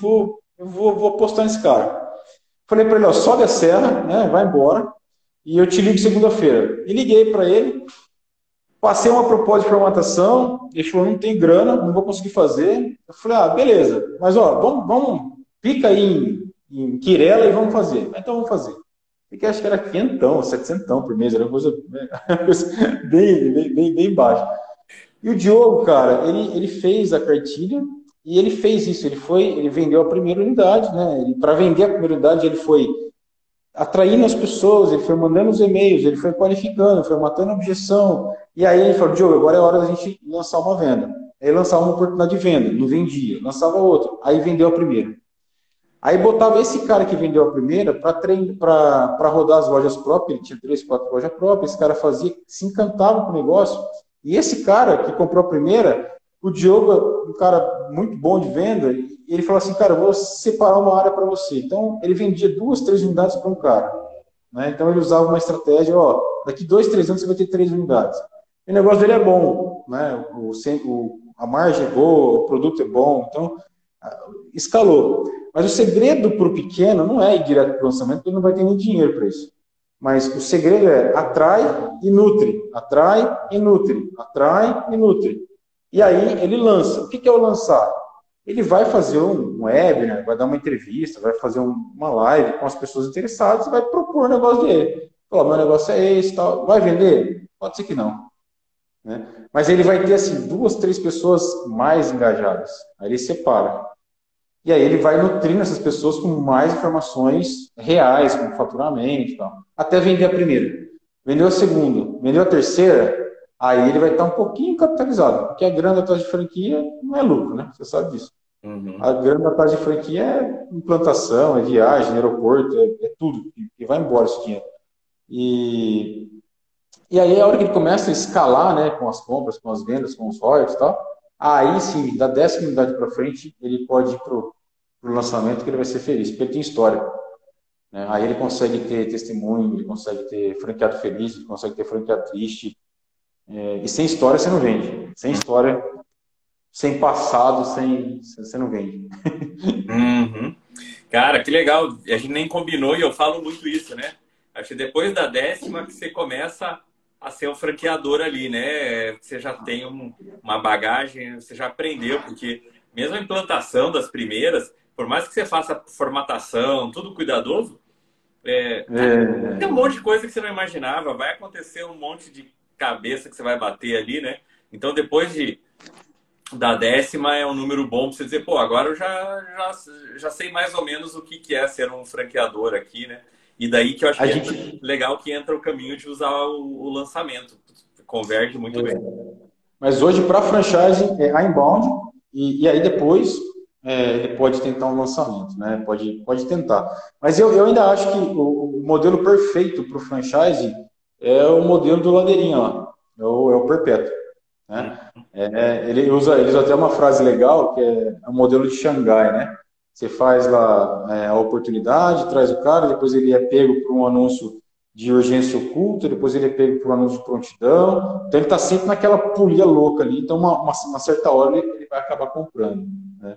vou postar nesse cara. Falei para ele, ó, sobe a serra, né, vai embora, e eu te ligo segunda-feira. E liguei para ele, passei uma proposta de formatação, ele falou, não tem grana, não vou conseguir fazer. Eu falei, beleza, mas ó, vamos pica aí em Quirela e vamos fazer. Então vamos fazer. Fiquei, acho que era 500, 700 por mês, era uma coisa bem baixa. E o Diogo, cara, ele fez a cartilha E ele fez isso, ele vendeu a primeira unidade, né? Para vender a primeira unidade, ele foi atraindo as pessoas, ele foi mandando os e-mails, ele foi qualificando, foi matando a objeção. E aí ele falou, Diogo, agora é hora da gente lançar uma venda. Aí lançava uma oportunidade de venda, não vendia, lançava outra, aí vendeu a primeira. Aí botava esse cara que vendeu a primeira para rodar as lojas próprias, ele tinha 3, 4 lojas próprias, esse cara fazia, se encantava com o negócio. E esse cara que comprou a primeira, o Diogo, um cara muito bom de venda, ele falou assim, cara, eu vou separar uma área para você. Então, ele vendia 2, 3 unidades para um cara. Né? Então, ele usava uma estratégia, ó, daqui 2, 3 anos você vai ter 3 unidades. E o negócio dele é bom, né? A margem é boa, o produto é bom, então escalou. Mas o segredo para o pequeno não é ir direto para o lançamento, porque ele não vai ter nem dinheiro para isso. Mas o segredo é atrai e nutre, atrai e nutre, atrai e nutre. E aí ele lança. O que é o lançar? Ele vai fazer um webinar, vai dar uma entrevista, vai fazer uma live com as pessoas interessadas e vai propor o negócio dele. Falar, meu negócio é esse, tal. Vai vender? Pode ser que não. Né? Mas ele vai ter assim 2, 3 pessoas mais engajadas. Aí ele separa. E aí ele vai nutrindo essas pessoas com mais informações reais, como faturamento e tal. Até vender a primeira. Vendeu a segunda, vendeu a terceira, aí ele vai estar um pouquinho capitalizado. Porque a grana da taxa de franquia não é lucro, né? Você sabe disso. Uhum. A grana da taxa de franquia é implantação, é viagem, é aeroporto, é tudo. E vai embora esse dinheiro. E aí, a hora que ele começa a escalar, né, com as compras, com as vendas, com os royalties e tal, aí sim, da 10ª unidade para frente, ele pode ir para o lançamento que ele vai ser feliz, porque ele tem história. Né? Aí ele consegue ter testemunho, ele consegue ter franqueado feliz, ele consegue ter franqueado triste. E sem história você não vende. Sem história, sem passado, você não vende. Uhum. Cara, que legal. A gente nem combinou e eu falo muito isso, né? Acho que depois da 10ª que você começa a ser um franqueador ali, né? Você já tem uma bagagem, você já aprendeu, porque mesmo a implantação das primeiras, por mais que você faça formatação, tudo cuidadoso, tem um monte de coisa que você não imaginava, vai acontecer um monte de cabeça que você vai bater ali, né? Então, depois da 10ª é um número bom para você dizer, pô, agora eu já sei mais ou menos o que é ser um franqueador aqui, né? E daí que eu acho que é legal que entra o caminho de usar o lançamento. Converge muito bem. Mas hoje, para franchise, é a inbound, e aí depois ele pode tentar um lançamento, né? Pode tentar. Mas eu ainda acho que o modelo perfeito para o franchise é o modelo do Ladeirinha lá, é o perpétuo. Né? Eles usam até uma frase legal, que é o modelo de Xangai, né? Você faz lá a oportunidade, traz o cara, depois ele é pego por um anúncio de urgência oculta, depois ele é pego por um anúncio de prontidão. Então ele está sempre naquela polia louca ali, então uma certa hora ele vai acabar comprando. Né?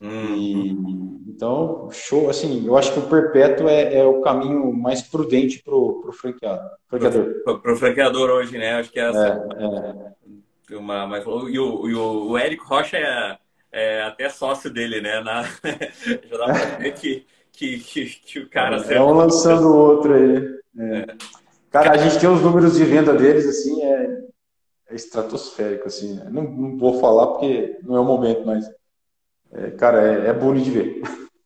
Então, show, assim, eu acho que o perpétuo é o caminho mais prudente para o franqueador. Para o franqueador hoje, né? Acho que é essa. E o Érico Rocha é até sócio dele, né? Já dá para ver que o cara... É um lançando o outro aí. Cara, a gente tem os números de venda deles, assim, é estratosférico, assim. Né? Não vou falar porque não é o momento, mas, cara, é bonito de ver.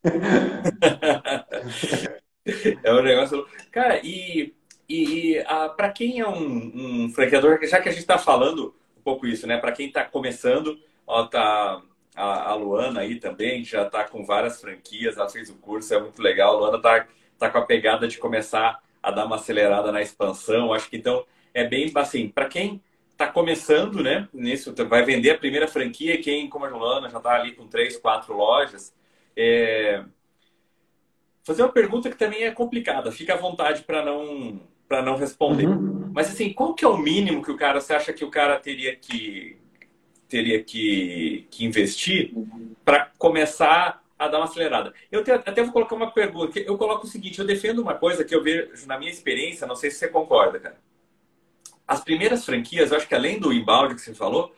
É um negócio... Cara, para quem é um franqueador, já que a gente está falando um pouco isso, né? Para quem está começando, ó, tá a Luana aí também, já está com várias franquias, ela fez o curso, é muito legal. A Luana tá com a pegada de começar a dar uma acelerada na expansão. Acho que então é bem assim, para quem está começando, né? Nisso, vai vender a primeira franquia, quem, como a Luana, já está ali com 3, 4 lojas. Fazer uma pergunta que também é complicada, fica à vontade para não responder. Uhum. Mas assim, qual que é o mínimo que você acha que o cara teria que investir para começar a dar uma acelerada? Eu até vou colocar uma pergunta. Eu coloco o seguinte, eu defendo uma coisa que eu vejo na minha experiência, não sei se você concorda, cara. As primeiras franquias, eu acho que além do inbound que você falou,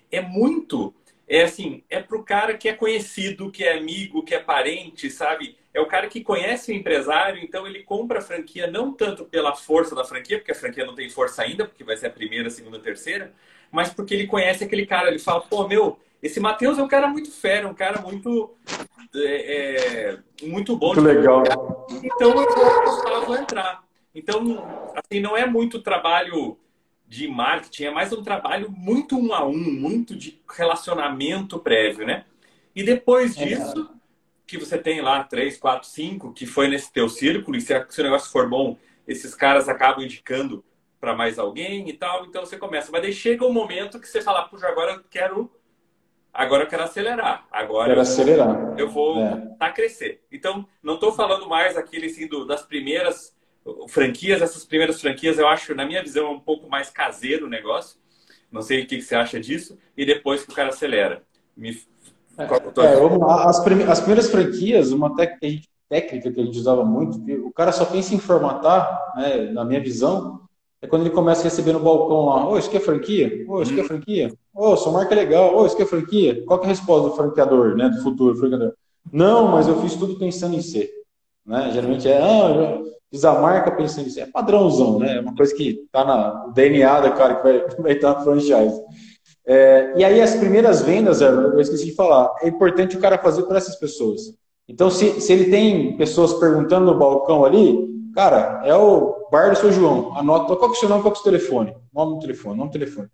é pro cara que é conhecido, que é amigo, que é parente, sabe? É o cara que conhece o empresário, então ele compra a franquia não tanto pela força da franquia, porque a franquia não tem força ainda, porque vai ser a primeira, a segunda, a terceira, mas porque ele conhece aquele cara, ele fala, pô, meu, esse Matheus é um cara muito fera, um cara muito, muito bom. Muito legal. Então eu vou apostar, vou entrar. Então, assim, não é muito trabalho de marketing, é mais um trabalho muito um a um, muito de relacionamento prévio, né? E depois disso, que você tem lá 3, 4, 5, que foi nesse teu círculo, e se o negócio for bom, esses caras acabam indicando para mais alguém e tal, então você começa. Mas daí chega um momento que você fala, puxa, agora eu quero acelerar. Eu vou começar a crescer. Então, não estou falando mais aquele assim, das primeiras franquias. Essas primeiras franquias, eu acho, na minha visão, é um pouco mais caseiro o negócio. Não sei o que você acha disso. E depois que o cara acelera. Vamos lá. As primeiras franquias, uma técnica que a gente usava muito, que o cara só pensa em formatar, né, na minha visão, é quando ele começa a receber no balcão lá, ô, isso aqui é franquia? Ô, isso aqui é franquia? Ô, sua marca é legal, ô, isso aqui é franquia? Qual que é a resposta do franqueador, né, do futuro franqueador? Não, mas eu fiz tudo pensando em ser. Né? Geralmente eu fiz a marca pensando em ser. É padrãozão, né? É uma coisa que está no DNA do cara que vai estar na franchise. E aí as primeiras vendas, eu esqueci de falar, é importante o cara fazer para essas pessoas. Então, se ele tem pessoas perguntando no balcão ali, cara, é o bar do seu João, anota, qual que é o seu nome, qual que é o seu telefone? Nome do telefone.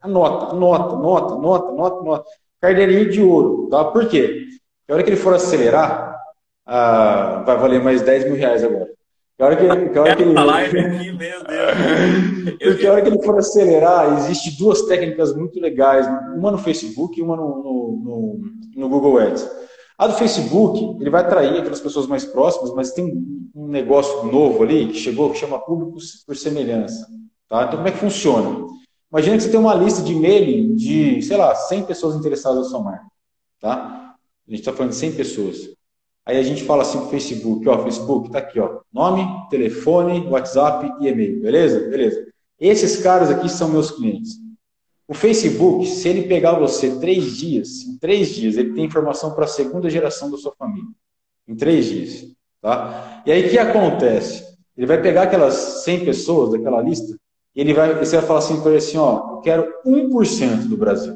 Anota. Carteirinha de ouro, tá? Por quê? Porque a hora que ele for acelerar, vai valer mais 10 mil reais agora. A hora que ele... live aqui, meu Deus. Porque a hora que ele for acelerar, existe duas técnicas muito legais, uma no Facebook e uma no Google Ads. A do Facebook, ele vai atrair aquelas pessoas mais próximas, mas tem um negócio novo ali que chegou, que chama público por semelhança. Tá? Então, como é que funciona? Imagina que você tem uma lista de e-mail de, sei lá, 100 pessoas interessadas na sua marca. Tá? A gente está falando de 100 pessoas. Aí a gente fala assim pro Facebook, ó, Facebook tá aqui, ó, nome, telefone, WhatsApp e e-mail, beleza? Beleza. Esses caras aqui são meus clientes. O Facebook, se ele pegar você em 3 dias, ele tem informação para a segunda geração da sua família. Em 3 dias, tá? E aí o que acontece? Ele vai pegar aquelas 100 pessoas daquela lista e você vai falar assim para ele assim, ó, eu quero 1% do Brasil.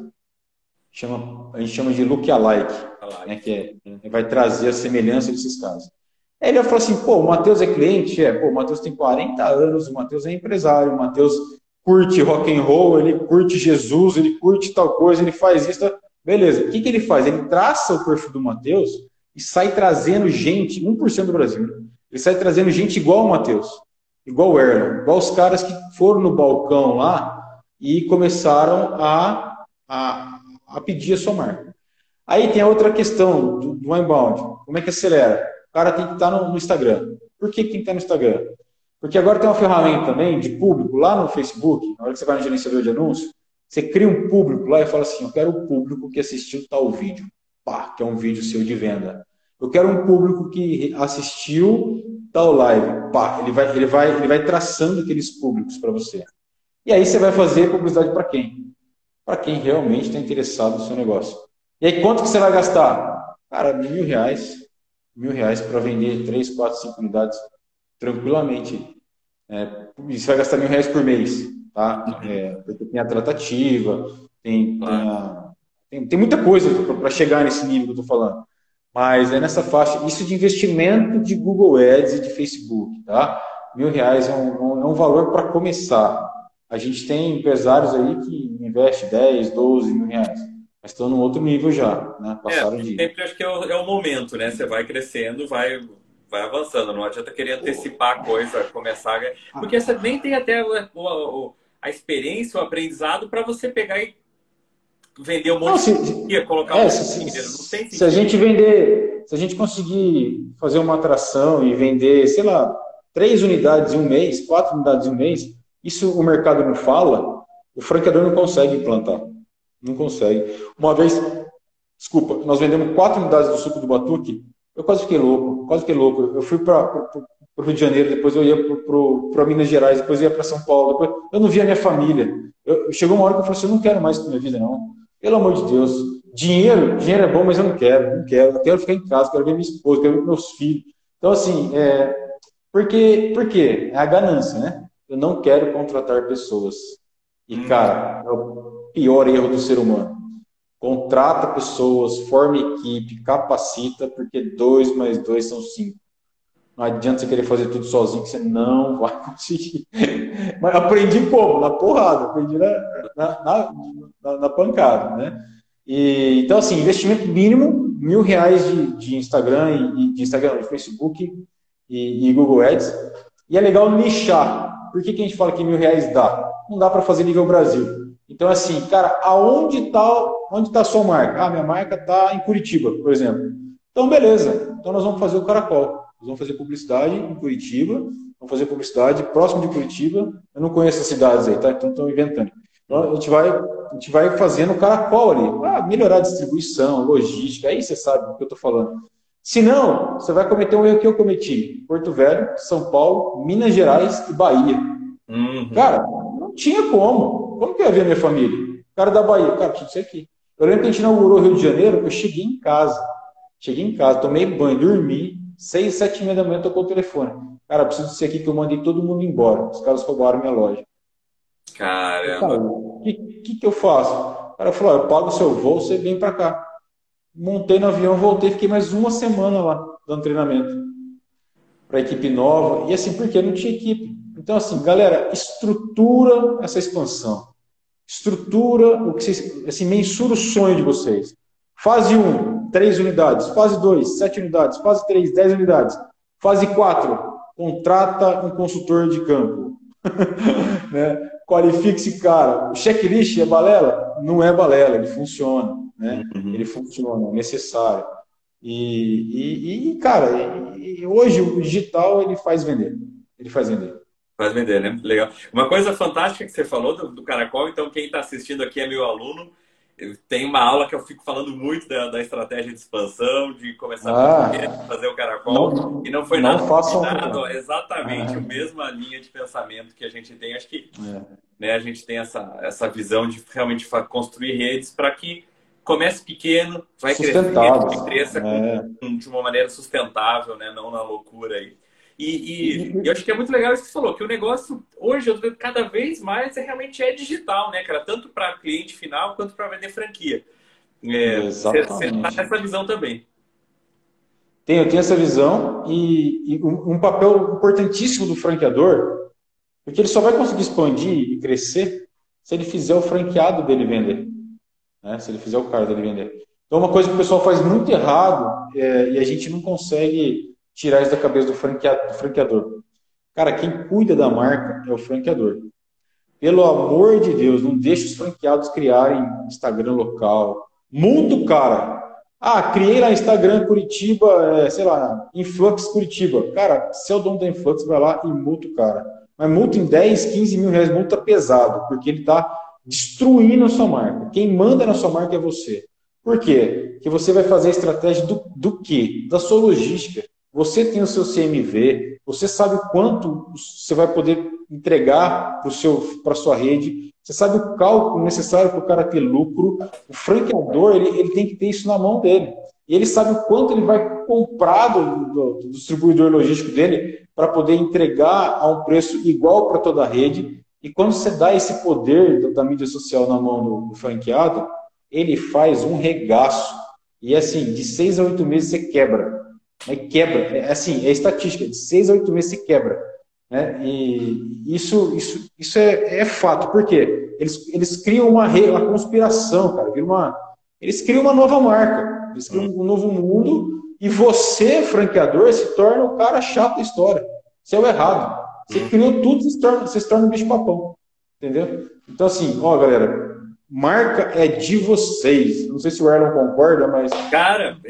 A gente chama de lookalike, né, que vai trazer a semelhança desses casos. Aí ele vai falar assim, pô, o Matheus é cliente? O Matheus tem 40 anos, o Matheus é empresário, o Matheus curte rock and roll, ele curte Jesus, ele curte tal coisa, ele faz isso, beleza. O que ele faz? Ele traça o perfil do Matheus e sai trazendo gente, 1% do Brasil, né? Ele sai trazendo gente igual o Matheus, igual o Erlon, igual os caras que foram no balcão lá e começaram a pedir a sua marca. Aí tem a outra questão do inbound. Como é que acelera? O cara tem que estar no Instagram. Por que tem que estar no Instagram? Porque agora tem uma ferramenta também de público lá no Facebook, na hora que você vai no gerenciador de anúncios, você cria um público lá e fala assim, eu quero o público que assistiu tal vídeo, que é um vídeo seu de venda. Eu quero um público que assistiu tal live, ele vai traçando aqueles públicos para você. E aí você vai fazer publicidade para quem? Para quem realmente está interessado no seu negócio. E aí, quanto que você vai gastar? Cara, R$1.000. R$1.000 para vender 3, 4, 5 unidades tranquilamente. Você vai gastar R$1.000 por mês. Tá? Porque tem a tratativa, tem muita coisa para chegar nesse nível que eu estou falando. Mas é nessa faixa. Isso de investimento de Google Ads e de Facebook. Tá? R$1.000 é um valor para começar. A gente tem empresários aí que investem 10, 12 mil reais, mas estão num outro nível já, né? Passaram de... Sempre acho que é o momento, né? Você vai crescendo, vai avançando. Não adianta querer antecipar a coisa, começar... Porque você nem tem até a experiência, o aprendizado para você pegar e vender um monte de colocar um monte de dinheiro. Não tem sentido. Se a gente conseguir fazer uma atração e vender, sei lá, 3 unidades em um mês, 4 unidades em um mês, isso o mercado não fala, o franqueador não consegue implantar. Não consegue. Uma vez, nós vendemos 4 unidades do suco do Batuque, eu quase fiquei louco. Eu fui para o Rio de Janeiro, depois eu ia para Minas Gerais, depois eu ia para São Paulo, depois eu não via a minha família. Chegou uma hora que eu falei assim, eu não quero mais isso na minha vida, não. Pelo amor de Deus. Dinheiro é bom, mas eu não quero. Eu quero ficar em casa, quero ver minha esposa, quero ver meus filhos. Então, assim, por quê? É a ganância, né? Eu não quero contratar pessoas. E, cara, é o pior erro do ser humano. Contrata pessoas, forma equipe, capacita, porque 2 mais 2 são 5. Não adianta você querer fazer tudo sozinho, que você não vai conseguir. Mas aprendi como? Na porrada, aprendi na pancada, né? Então, assim, investimento mínimo, R$ 1.000 de Instagram, de Instagram, de Facebook e Google Ads. E é legal nichar. Por que a gente fala que R$ 1.000 dá? Não dá para fazer nível Brasil. Então, assim, cara, onde tá a sua marca? Ah, minha marca está em Curitiba, por exemplo. Então, beleza. Então, nós vamos fazer o caracol. Nós vamos fazer publicidade em Curitiba, vamos fazer publicidade próximo de Curitiba. Eu não conheço as cidades aí, tá? Então, estou inventando. Então, a gente vai fazendo o caracol ali. Ah, melhorar a distribuição, logística, aí você sabe o que eu estou falando. Se não, você vai cometer um erro que eu cometi. Porto Velho, São Paulo, Minas Gerais e Bahia. Cara, não tinha como. Como que eu ia ver minha família? O cara da Bahia, cara, tinha isso aqui. Eu lembro que a gente inaugurou o Rio de Janeiro, eu cheguei em casa. Tomei banho, dormi, 6, 7 e meia da manhã, tocou o telefone. Cara, preciso disso aqui que eu mandei todo mundo embora. Os caras roubaram minha loja. Cara, Caramba. o que eu faço? O cara falou, eu pago o seu voo, você vem pra cá. Montei no avião, voltei, fiquei mais uma semana lá, dando treinamento para equipe nova. E assim, porque não tinha equipe. Então, assim, galera, estrutura essa expansão. Estrutura o que vocês, assim, mensura o sonho de vocês. Fase 1, 3 unidades. Fase 2, 7 unidades. Fase 3, 10 unidades. Fase 4, contrata um consultor de campo. Né? Qualifique esse cara. O checklist é balela? Não é balela, ele funciona. Né? Ele funciona, é necessário. Cara, hoje o digital ele faz vender. Ele faz vender. Faz vender, né? Legal. Uma coisa fantástica que você falou do caracol, então quem está assistindo aqui é meu aluno. Tem uma aula que eu fico falando muito da estratégia de expansão, de começar a fazer o caracol, e não foi nada combinado, exatamente a mesma linha de pensamento que a gente tem. Acho que né, a gente tem essa visão de realmente construir redes para que comece pequeno, vai crescer, que cresça de uma maneira sustentável, né? Não na loucura aí. E eu acho que é muito legal isso que você falou, que o negócio hoje, cada vez mais, realmente é digital, né, cara? Tanto para cliente final quanto para vender franquia. Você tá nessa visão também. Eu tenho essa visão e um papel importantíssimo do franqueador, porque ele só vai conseguir expandir e crescer se ele fizer o franqueado dele vender. Né? Se ele fizer o cara dele vender. Então, uma coisa que o pessoal faz muito errado e a gente não consegue tirar isso da cabeça do franqueador. Cara, quem cuida da marca é o franqueador. Pelo amor de Deus, não deixe os franqueados criarem Instagram local. Multa o cara. Ah, criei lá Instagram Curitiba, sei lá, Influx Curitiba. Cara, se é o dono da Influx, vai lá e multa o cara. Mas multa em 10, 15 mil reais, multa pesado, porque ele está destruindo a sua marca. Quem manda na sua marca é você. Por quê? Porque você vai fazer a estratégia do quê? Da sua logística. Você tem o seu CMV, você sabe o quanto você vai poder entregar para a sua rede, você sabe o cálculo necessário para o cara ter lucro. O franqueador ele tem que ter isso na mão dele. E ele sabe o quanto ele vai comprar do distribuidor logístico dele para poder entregar a um preço igual para toda a rede. E quando você dá esse poder da mídia social na mão do franqueado, ele faz um regaço. E assim, de 6 a 8 meses você quebra. Quebra, é estatística, de 6 a 8 meses se quebra. Né? E isso é fato, por quê? Eles criam uma conspiração, cara, eles criam uma nova marca, eles criam um novo mundo, e você, franqueador, se torna o cara chato da história. Isso é o errado. Você criou tudo, você se torna um bicho-papão. Entendeu? Então, assim, galera, marca é de vocês. Não sei se o Erlon concorda, mas... Cara,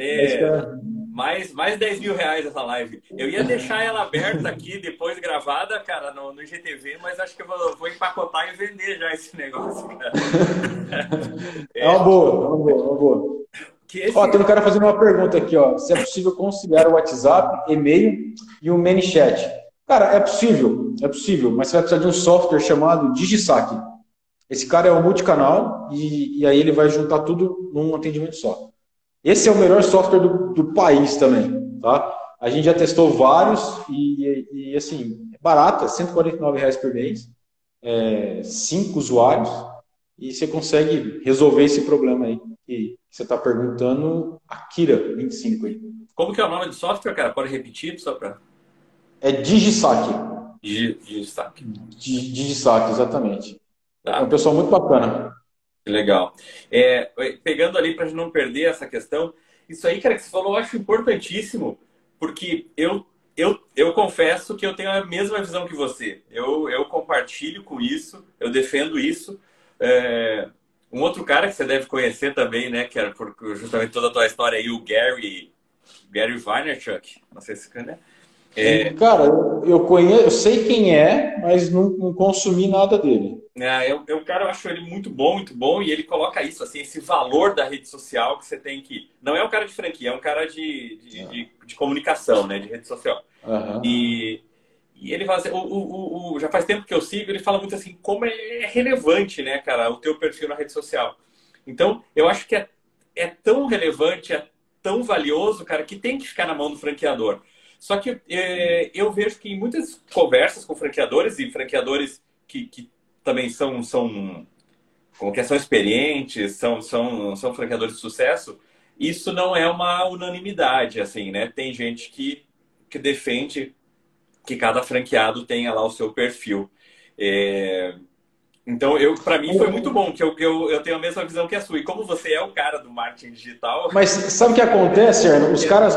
mais 10 mil reais essa live. Eu ia deixar ela aberta aqui, depois gravada, cara, no GTV, mas acho que eu vou empacotar e vender já esse negócio, cara. É uma boa. Tem um cara fazendo uma pergunta aqui, se é possível conciliar o WhatsApp, e-mail e o ManyChat. Cara, é possível, mas você vai precisar de um software chamado DigiSaque. Esse cara é um multicanal e aí ele vai juntar tudo num atendimento só. Esse é o melhor software do país também, tá? A gente já testou vários e assim, é barato, é R$149 por mês, 5 usuários, e você consegue resolver esse problema aí, que você está perguntando, Akira 25 aí. Como que é o nome do software, cara? Pode repetir só para É Digisaque. destaque. Digisaque, exatamente. É um Tá, pessoal muito bacana. que legal. Pegando ali para não perder essa questão, isso aí, cara, que você falou, eu acho importantíssimo, porque eu confesso que eu tenho a mesma visão que você. Eu compartilho com isso, eu defendo isso. É, um outro cara que você deve conhecer também, né, que era por justamente toda a tua história aí, o Gary Vaynerchuk. Não sei se, né? Cara, eu conheço, eu sei quem é, mas não consumi nada dele. Eu, cara, eu acho ele muito bom, e ele coloca isso, assim, esse valor da rede social que você tem que. Não é um cara de franquia, é um cara de comunicação, né? De rede social. Aham. E, e ele fala assim, já faz tempo que eu sigo, ele fala muito assim, como é relevante, né, cara, o teu perfil na rede social. Então, eu acho que é tão relevante, é tão valioso, cara, que tem que ficar na mão do franqueador. Só que eu vejo que em muitas conversas com franqueadores e franqueadores que também como que são experientes, são franqueadores de sucesso, isso não é uma unanimidade, assim, né? Tem gente que defende que cada franqueado tenha lá o seu perfil. É, então, para mim foi muito bom, que eu tenho a mesma visão que a sua. E como você é o cara do marketing digital, Mas sabe o que acontece, Arno?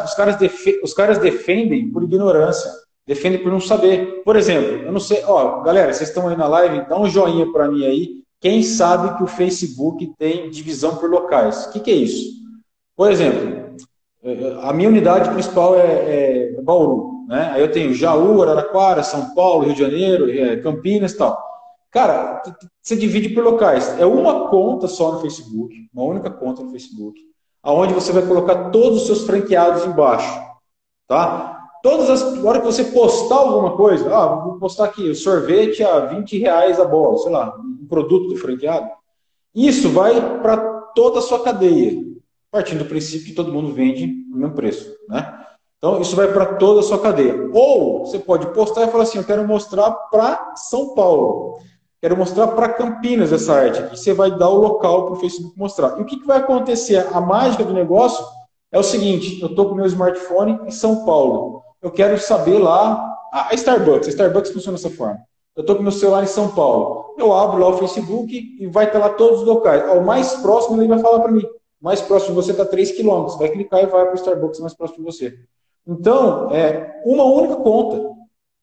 Os caras defendem por ignorância, defendem por não saber. Por exemplo, eu não sei, ó, galera, vocês estão aí na live, dá um joinha para mim aí. Quem sabe que o Facebook tem divisão por locais? O que é isso? Por exemplo, a minha unidade principal é Bauru, né? Aí eu tenho Jaú, Araraquara, São Paulo, Rio de Janeiro, Campinas e tal. Cara, você divide por locais. É uma conta só no Facebook, uma única conta no Facebook, aonde você vai colocar todos os seus franqueados embaixo, tá? Na hora que você postar alguma coisa, vou postar aqui, o sorvete a R$ 20 a bola, sei lá, um produto do franqueado. Isso vai para toda a sua cadeia, partindo do princípio que todo mundo vende no mesmo preço, né? Então, isso vai para toda a sua cadeia. Ou você pode postar e falar assim, eu quero mostrar para São Paulo. Quero mostrar para Campinas essa arte aqui. Você vai dar o local para o Facebook mostrar. E o que vai acontecer? A mágica do negócio é o seguinte, eu estou com o meu smartphone em São Paulo. Eu quero saber lá a Starbucks. A Starbucks funciona dessa forma. Eu estou com o meu celular em São Paulo. Eu abro lá o Facebook e vai estar lá todos os locais. O mais próximo ele vai falar para mim. O mais próximo de você está 3 quilômetros. Vai clicar e vai para o Starbucks mais próximo de você. Então, é uma única conta.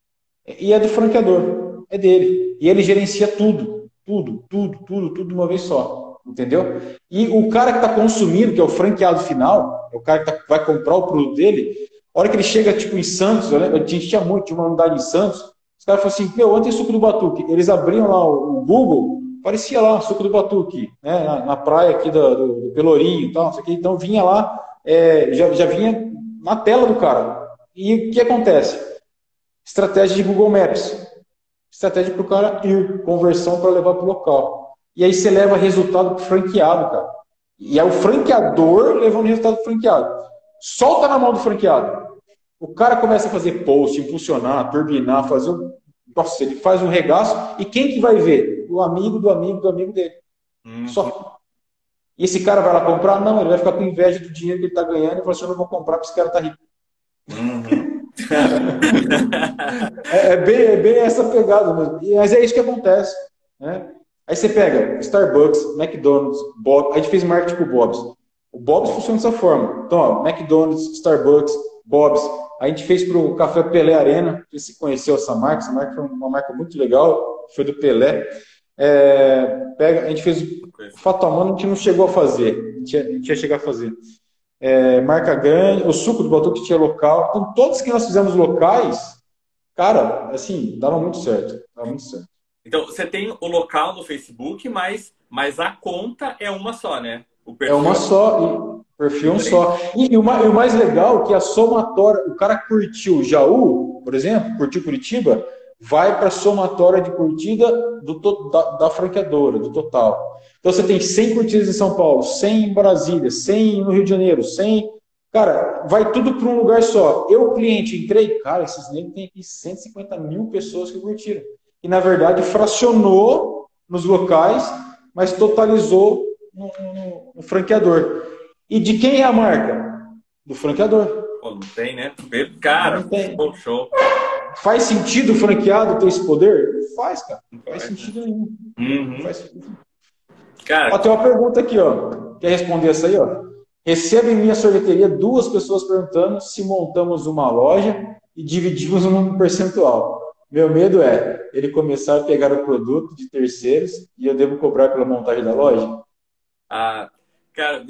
E é do franqueador. É dele. E ele gerencia tudo. Tudo de uma vez só. Entendeu? E o cara que está consumindo, que é o franqueado final, é o cara que vai comprar o produto dele, a hora que ele chega, tipo, em Santos, a gente tinha uma unidade em Santos, os caras falaram assim, meu, ontem suco do Batuque. Eles abriam lá o Google, parecia lá, suco do Batuque, né, na praia aqui do Pelourinho e tal, isso aqui. Então vinha lá, já vinha na tela do cara. E o que acontece? Estratégia de Google Maps. Estratégia para o cara ir, conversão para levar para o local. E aí você leva resultado para o franqueado, cara. E é o franqueador levando resultado para o franqueado. Solta na mão do franqueado. O cara começa a fazer post, impulsionar, turbinar, fazer um. Nossa, ele faz um regaço. E quem que vai ver? O amigo do amigo do amigo dele. Só. E esse cara vai lá comprar? Não, ele vai ficar com inveja do dinheiro que ele está ganhando e fala assim: eu não vou comprar porque esse cara está rico. É bem essa pegada mesmo. Mas é isso que acontece. Né? Aí você pega Starbucks, McDonald's, Bob. A gente fez marketing com o Bob's. O Bob's funciona dessa forma. Então, ó, McDonald's, Starbucks, Bob's. A gente fez para o Café Pelé Arena. Você conheceu essa marca? Essa marca foi uma marca muito legal. Foi do Pelé. A gente fez o Fatamano, a gente não chegou a fazer. A gente ia chegar a fazer. Marca grande, o suco do Batuque tinha local. Então, todos que nós fizemos locais, cara, assim, dava muito certo. Dava muito certo. Então, você tem o local no Facebook, mas a conta é uma só, né? O perfil é uma só, o perfil é um só. E o mais legal é que a somatória, o cara curtiu Jaú, por exemplo, curtiu Curitiba, vai para a somatória de curtida da franqueadora, do total. Então você tem 100 curtidas em São Paulo, 100 em Brasília, 100 no Rio de Janeiro, 100... Cara, vai tudo para um lugar só. Eu, cliente, entrei, cara, esses negros tem aqui 150 mil pessoas que curtiram. E, na verdade, fracionou nos locais, mas totalizou no franqueador. E de quem é a marca? Do franqueador. Pô, não tem, né? Cara, Não tem. show. Faz sentido o franqueado ter esse poder? Não faz, cara. Não faz Né? sentido nenhum. Não Uhum. faz sentido. Cara, Ó, tem uma pergunta aqui, ó. Quer responder essa aí, ó? Recebo em minha sorveteria 2 pessoas perguntando se montamos uma loja e dividimos um percentual. Meu medo é ele começar a pegar o produto de terceiros e eu devo cobrar pela montagem da loja? a, cara,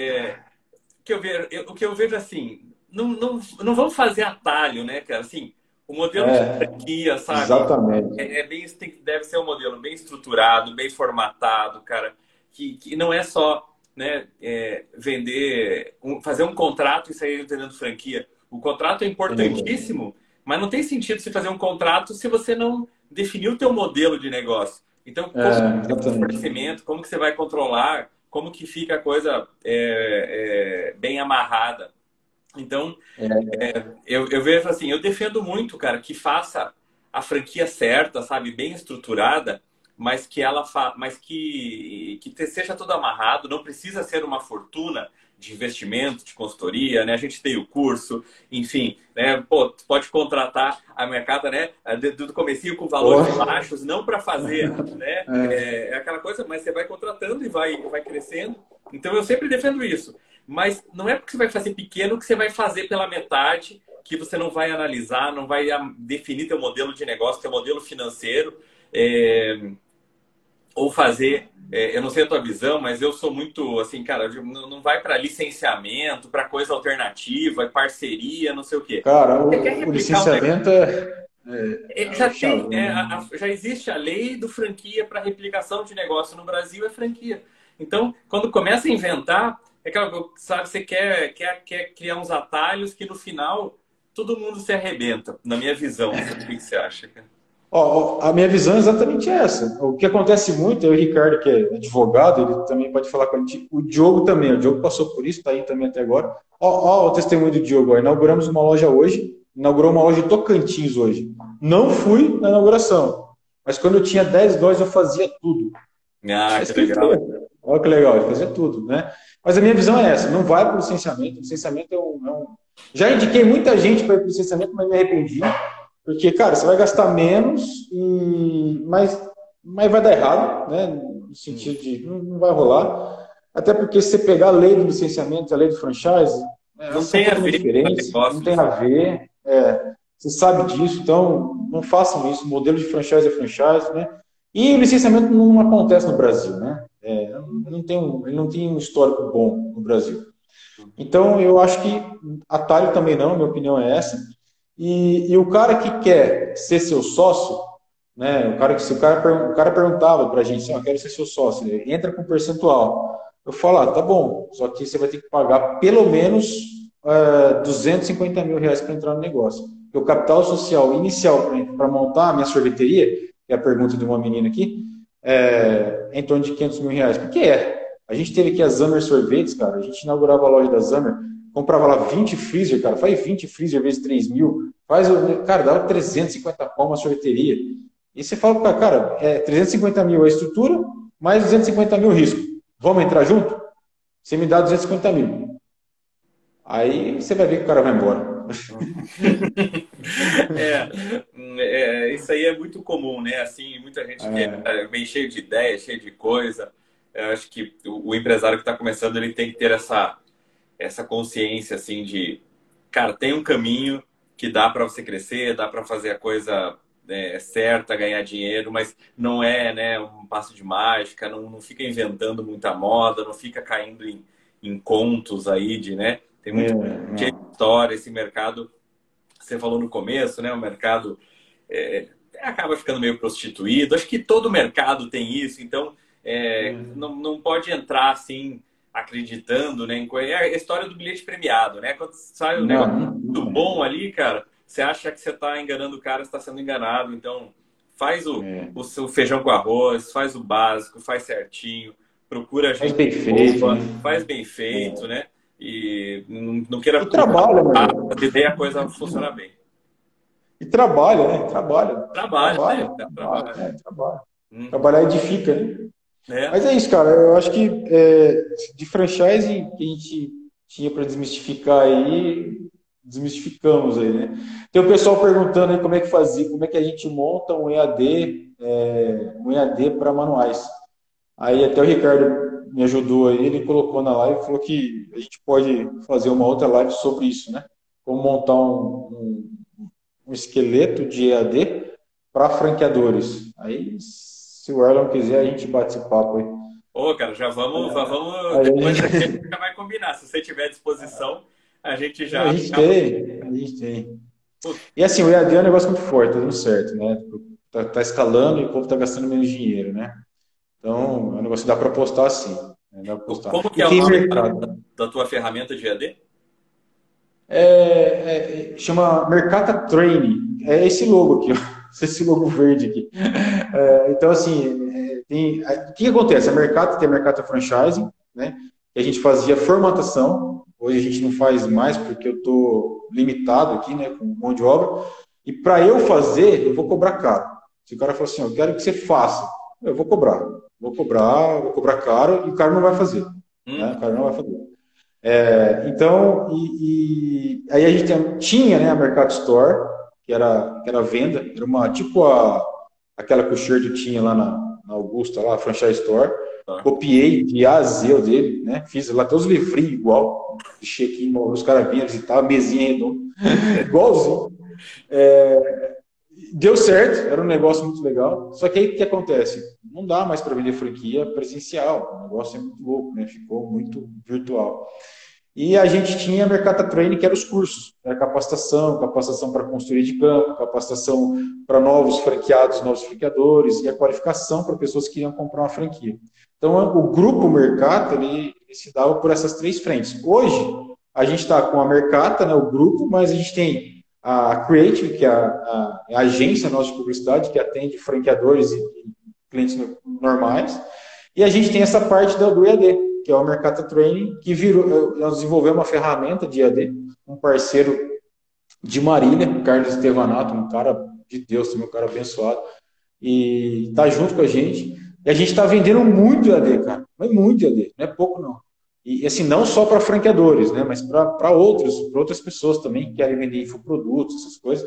o que eu vejo assim, não vamos fazer atalho, né, cara? Assim, o modelo de É, franquia, sabe? exatamente. Deve ser um modelo bem estruturado, bem formatado, cara, que não é só, né, vender, fazer um contrato e sair vendendo franquia. O contrato é importantíssimo, mas não tem sentido você fazer um contrato se você não definir o teu modelo de negócio. Então, como que vai ser o Exatamente. fornecimento, como que você vai controlar, como que fica a coisa bem amarrada. Então, eu vejo assim, eu defendo muito, cara, que faça a franquia certa, sabe, bem estruturada, mas que seja tudo amarrado, não precisa ser uma fortuna de investimento, de consultoria, né? A gente tem o curso, enfim, né? Pô, tu pode contratar a Mercado, né? Do comecinho com valores Oh, baixos, não para fazer, né? é, É aquela coisa, mas você vai contratando e vai crescendo. Então eu sempre defendo isso. Mas não é porque você vai fazer pequeno que você vai fazer pela metade, que você não vai analisar, não vai definir teu modelo de negócio, teu modelo financeiro, ou fazer, eu não sei a tua visão, mas eu sou muito assim, cara, não vai para licenciamento, para coisa alternativa, parceria, não sei o quê. cara, Você quer o replicar o negócio? licenciamento é o Já tem, chavão, né? né? Já existe a lei do franquia para replicação de negócio no Brasil, é franquia. Então, quando começa a inventar, é aquela, sabe, você quer criar uns atalhos que no final todo mundo se arrebenta, na minha visão. Não sei o que você acha, cara. Ó, a minha visão é exatamente essa. O que acontece muito, eu e o Ricardo, que é advogado, ele também pode falar com a gente. O Diogo também, o Diogo passou por isso, está aí também até agora. Ó, o testemunho do Diogo, ó, inauguramos uma loja hoje, inaugurou uma loja em Tocantins hoje. Não fui na inauguração, mas quando eu tinha 10 lojas eu fazia tudo. Ah, É que isso que ele legal. fez. Olha que legal, ele fazia tudo, né? Mas a minha visão é essa, não vai para o licenciamento, o licenciamento Já indiquei muita gente para ir para o licenciamento, mas me arrependi. Porque, cara, você vai gastar menos, mas vai dar errado, né? No sentido de não vai rolar. Até porque se você pegar a lei do licenciamento e a lei do franchise, elas Não são tem a totalmente ver com o diferentes, não negócio tem a licenciado. ver. Você sabe disso, então não façam isso. O modelo de franchise é franchise, né? E o licenciamento não acontece no Brasil, né? Ele não tem um histórico bom no Brasil. Então, eu acho que atalho também não, minha opinião é essa. E o cara que quer ser seu sócio, né? O cara perguntava pra gente, assim, eu quero ser seu sócio, ele entra com percentual. Eu falo, tá bom, só que você vai ter que pagar pelo menos 250 mil reais para entrar no negócio. Porque o capital social inicial para montar a minha sorveteria, que é a pergunta de uma menina aqui, é em torno de 500 mil reais. Por que é? A gente teve aqui a Zammer Sorvetes, cara. A gente inaugurava a loja da Zammer, comprava lá 20 freezer, cara. Faz 20 freezer vezes 3 mil. Cara, dava 350 pau uma sorveteria. E você fala pro cara, 350 mil a estrutura, mais 250 mil risco. Vamos entrar junto? Você me dá 250 mil. Aí você vai ver que o cara vai embora. Isso aí é muito comum, né? Assim, muita gente que vem cheio de ideia, cheio de coisa. Eu acho que o empresário que está começando, ele tem que ter essa consciência, assim, de, cara, tem um caminho que dá para você crescer, dá para fazer a coisa certa, ganhar dinheiro, mas não é, né, um passo de mágica, não fica inventando muita moda, não fica caindo em contos aí de, né? Tem muito cheio de Não. história, esse mercado você falou no começo, né? O mercado acaba ficando meio prostituído. Acho que todo mercado tem isso, então não pode entrar assim acreditando, né? É a história do bilhete premiado, né? Quando sai um negócio muito Não. bom ali, cara, você acha que você está enganando o cara, está sendo enganado. Então, faz o seu feijão com arroz, faz o básico, faz certinho, procura Faz gente bem feito, boa, né? faz bem feito, né? E não queira E trabalha, meu irmão. fazer a coisa funcionar bem. E trabalha, né? Trabalha. Trabalha, né? Trabalha, Cara, trabalha, trabalha. trabalha. Uhum. Trabalhar edifica, né? É. Mas é isso, cara. Eu acho que de franchise que a gente tinha para desmistificar aí, desmistificamos aí, né? Tem o pessoal perguntando aí como é que fazia, como é que a gente monta um EAD para manuais. Aí até o Ricardo me ajudou aí, ele colocou na live e falou que a gente pode fazer uma outra live sobre isso, né? Como montar um esqueleto de EAD para franqueadores. Aí, se o Erlon quiser, a gente bate esse papo aí. Ô, cara, Aí depois daqui a gente já vai combinar. Se você tiver disposição, a gente a já gente acaba. tem, a gente tem. Pô, E assim, o EAD é um negócio muito forte, tá dando certo, né? Tá escalando e o povo tá gastando menos dinheiro, né? Então, é um negócio que dá para postar assim, né? Dá para postar. como que E é o tem nome mercado. da tua ferramenta de EAD? Chama Mercata Training. É esse logo aqui, ó. Esse logo verde aqui. Então, assim, o que acontece? A Mercata tem a Mercata Franchising, né? Que a gente fazia formatação. Hoje a gente não faz mais porque eu estou limitado aqui, né? Com mão de obra. E para eu fazer, eu vou cobrar caro. Se o cara falar assim, eu quero que você faça, eu vou cobrar. Vou cobrar caro e o cara não vai fazer. Né? O cara não vai fazer. Então, aí a gente tinha, né, a Mercado Store, que era a venda, era uma, tipo aquela que o Xerdo tinha lá na Augusta, lá, a Franchise Store. Tá. Copiei de A a Z o dele, né? Fiz lá até os livrinhos igual. Deixei aqui, os caras vinham visitar, a mesinha redonda, igualzinho. Deu certo, era um negócio muito legal. Só que aí o que acontece? Não dá mais para vender franquia presencial. O negócio é muito louco, né? Ficou muito virtual. E a gente tinha a Mercata Training, que eram os cursos, né? Capacitação para construir de campo, capacitação para novos franqueados, novos franqueadores, e a qualificação para pessoas que queriam comprar uma franquia. Então, o grupo Mercata, ele se dava por essas três frentes. Hoje, a gente está com a Mercata, né, o grupo, mas a gente tem a Creative, que é a agência nossa de publicidade, que atende franqueadores e clientes normais, e a gente tem essa parte do EAD, que é o Mercata Training, que virou, nós desenvolvemos uma ferramenta de EAD, um parceiro de Marília, Carlos Estevanato, um cara de Deus, também um cara abençoado, e está junto com a gente. E a gente está vendendo muito EAD, cara, mas muito EAD, não é pouco não. E assim, não só para franqueadores, né, mas para outras pessoas também que querem vender infoprodutos, essas coisas.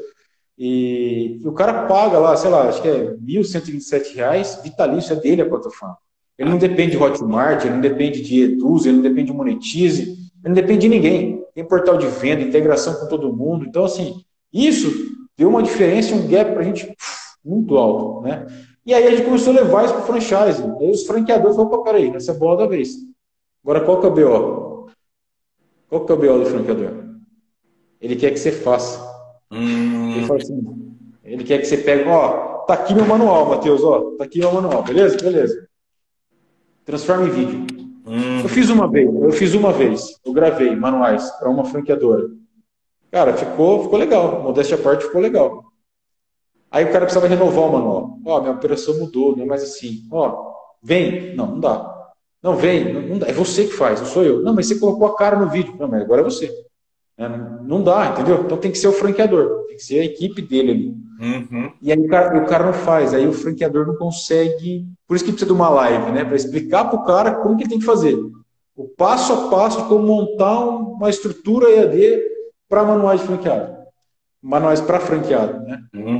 E o cara paga lá, sei lá, acho que é R$ 1.127, vitalício é dele a plataforma. Ele não depende de Hotmart, ele não depende de Eduz, ele não depende de Monetize, ele não depende de ninguém. Tem portal de venda, integração com todo mundo. Então, assim, isso deu uma diferença, um gap para a gente muito alto, né? E aí a gente começou a levar isso para o franchise. Aí os franqueadores falaram, peraí, essa é a bola da vez. Agora, qual que é o BO? Qual que é o BO do franqueador? Ele quer que você faça. Ele fala assim, ele quer que você pegue, ó, tá aqui meu manual, Matheus, ó, tá aqui meu manual, beleza? Beleza. Transforma em vídeo. Eu fiz uma vez, eu gravei manuais para uma franqueadora. Cara, ficou legal, modéstia à parte, ficou legal. Aí o cara precisava renovar o manual. Ó, minha operação mudou, não é mais assim. Ó, vem. Não, não dá. Não, vem, não dá. É você que faz, não sou eu. Não, mas você colocou a cara no vídeo. Não, mas agora é você. Não dá, entendeu? Então tem que ser o franqueador, tem que ser a equipe dele ali. E aí o cara não faz, aí o franqueador não consegue. Por isso que precisa de uma live, né? Para explicar para o cara como que ele tem que fazer. O passo a passo de como montar uma estrutura EAD para manuais de franqueado. Manuais para franqueado, né?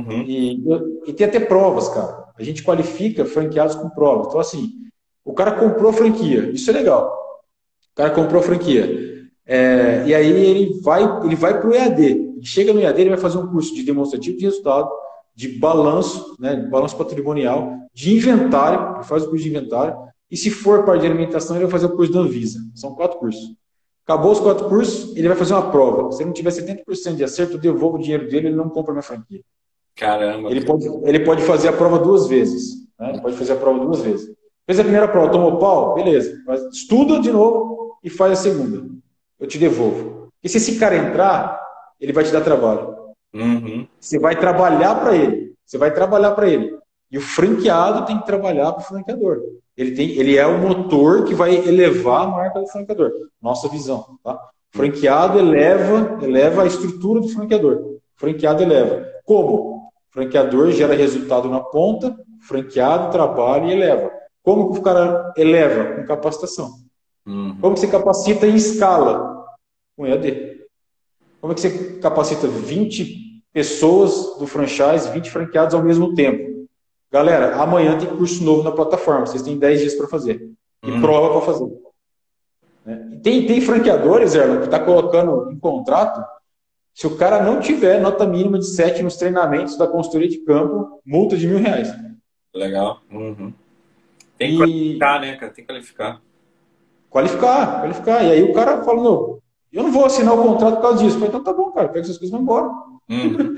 E tem até provas, cara. A gente qualifica franqueados com provas. Então, assim, o cara comprou a franquia, isso é legal. O cara comprou a franquia. E aí ele vai para o EAD. Ele chega no EAD, ele vai fazer um curso de demonstrativo de resultado, de balanço, né, de balanço patrimonial, de inventário, ele faz o curso de inventário, e se for para de alimentação, ele vai fazer o curso da Anvisa. São 4 cursos. Acabou os 4 cursos, ele vai fazer uma prova. Se ele não tiver 70% de acerto, eu devolvo o dinheiro dele, ele não compra minha franquia. Caramba. Ele pode fazer a prova 2 vezes. Né? Ele pode fazer a prova 2 vezes. Fez a primeira prova, tomou pau? Beleza. Mas estuda de novo e faz a segunda. Eu te devolvo. E se esse cara entrar, ele vai te dar trabalho. Você vai trabalhar para ele. Você vai trabalhar para ele. E o franqueado tem que trabalhar para o franqueador. Ele é o motor que vai elevar a marca do franqueador. Nossa visão. Tá? O franqueado eleva a estrutura do franqueador. O franqueado eleva. Como? O franqueador gera resultado na ponta, o franqueado trabalha e eleva. Como que o cara eleva? Com capacitação. Uhum. Como que você capacita em escala? Com EAD. Como é que você capacita 20 pessoas do franchise, 20 franqueados ao mesmo tempo? Galera, amanhã tem curso novo na plataforma, vocês têm 10 dias para fazer. E Uhum. prova para fazer. Né? Tem franqueadores, Erlan, que está colocando em contrato, se o cara não tiver nota mínima de 7 nos treinamentos da consultoria de campo, multa de R$ 1.000. Legal. Uhum. Tem que qualificar, E né, cara? Tem que qualificar. qualificar. E aí o cara fala, não, eu não vou assinar o contrato por causa disso. Eu falei, então tá bom, cara, pega essas coisas e vai embora. Uhum.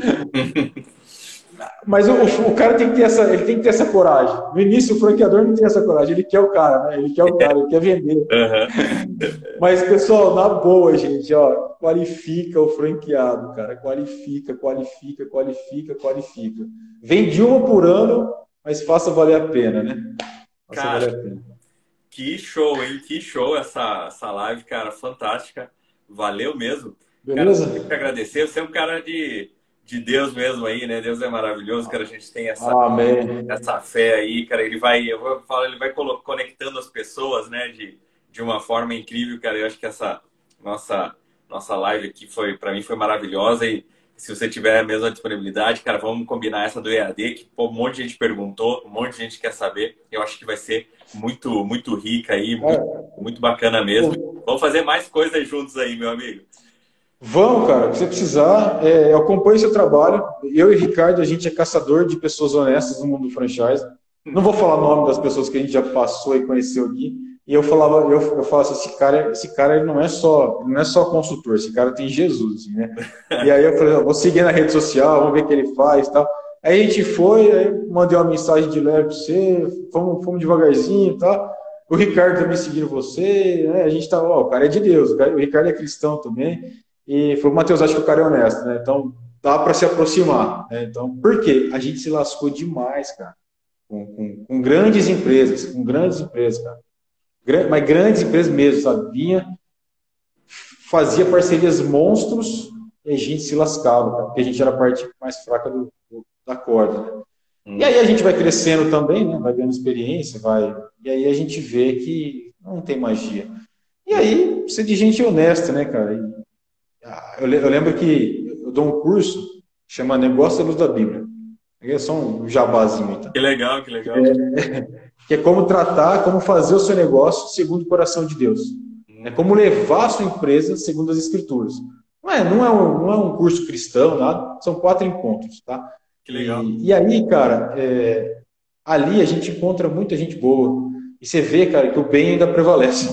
Mas o cara tem que ter ele tem que ter essa coragem. No início, o franqueador não tem essa coragem. Ele quer o cara, né? Ele quer o cara, ele quer vender. Uhum. Mas, pessoal, na boa, gente, ó, qualifica o franqueado, cara. Qualifica. Vende uma por ano, mas faça valer a pena, né? Faça Cara, valer a pena. que show, hein? Que show essa live, cara. Fantástica. Valeu mesmo. Cara, Beleza? tenho que agradecer. Você é um cara de Deus mesmo aí, né? Deus é maravilhoso, cara. A gente tem Amém. essa fé aí, cara. Eu vou falar, ele vai conectando as pessoas, né? De uma forma incrível, cara. Eu acho que essa nossa live aqui para mim foi maravilhosa. E se você tiver a mesma disponibilidade, cara, vamos combinar essa do EAD, que pô, um monte de gente perguntou, um monte de gente quer saber. Eu acho que vai ser muito rica aí, muito bacana mesmo. Vamos fazer mais coisas juntos aí, meu amigo. Vamos, cara, se você precisar, eu acompanho seu trabalho. Eu e Ricardo, a gente é caçador de pessoas honestas no mundo do franchise. Não vou falar o nome das pessoas que a gente já passou e conheceu aqui. E eu falava assim, esse cara ele não é só consultor, esse cara tem Jesus, assim, né? E aí eu falei, vou seguir na rede social, vamos ver o que ele faz e tal. Aí a gente foi, aí mandei uma mensagem de leve para você, fomos devagarzinho e tal. O Ricardo também seguindo você, né? A gente tava, ó, o cara é de Deus, o Ricardo é cristão também. E falou, Matheus, acho que o cara é honesto, né? Então dá para se aproximar. Né? Então, por quê? A gente se lascou demais, cara, com grandes empresas, cara. Mas grandes empresas mesmo, sabe? Fazia parcerias monstros e a gente se lascava, cara, porque a gente era a parte mais fraca da corda. Né? E aí a gente vai crescendo também, né? Vai ganhando experiência, e aí a gente vê que não tem magia. E aí precisa de gente honesta, né, cara? Eu lembro que eu dou um curso que chama Negócio da Luz da Bíblia. É só um jabazinho. Então. Que legal, que legal. Que é como fazer o seu negócio segundo o coração de Deus. É como levar a sua empresa segundo as Escrituras. Não é um curso cristão, nada. São 4 encontros, tá? Que legal. E aí, cara, ali a gente encontra muita gente boa. E você vê, cara, que o bem ainda prevalece.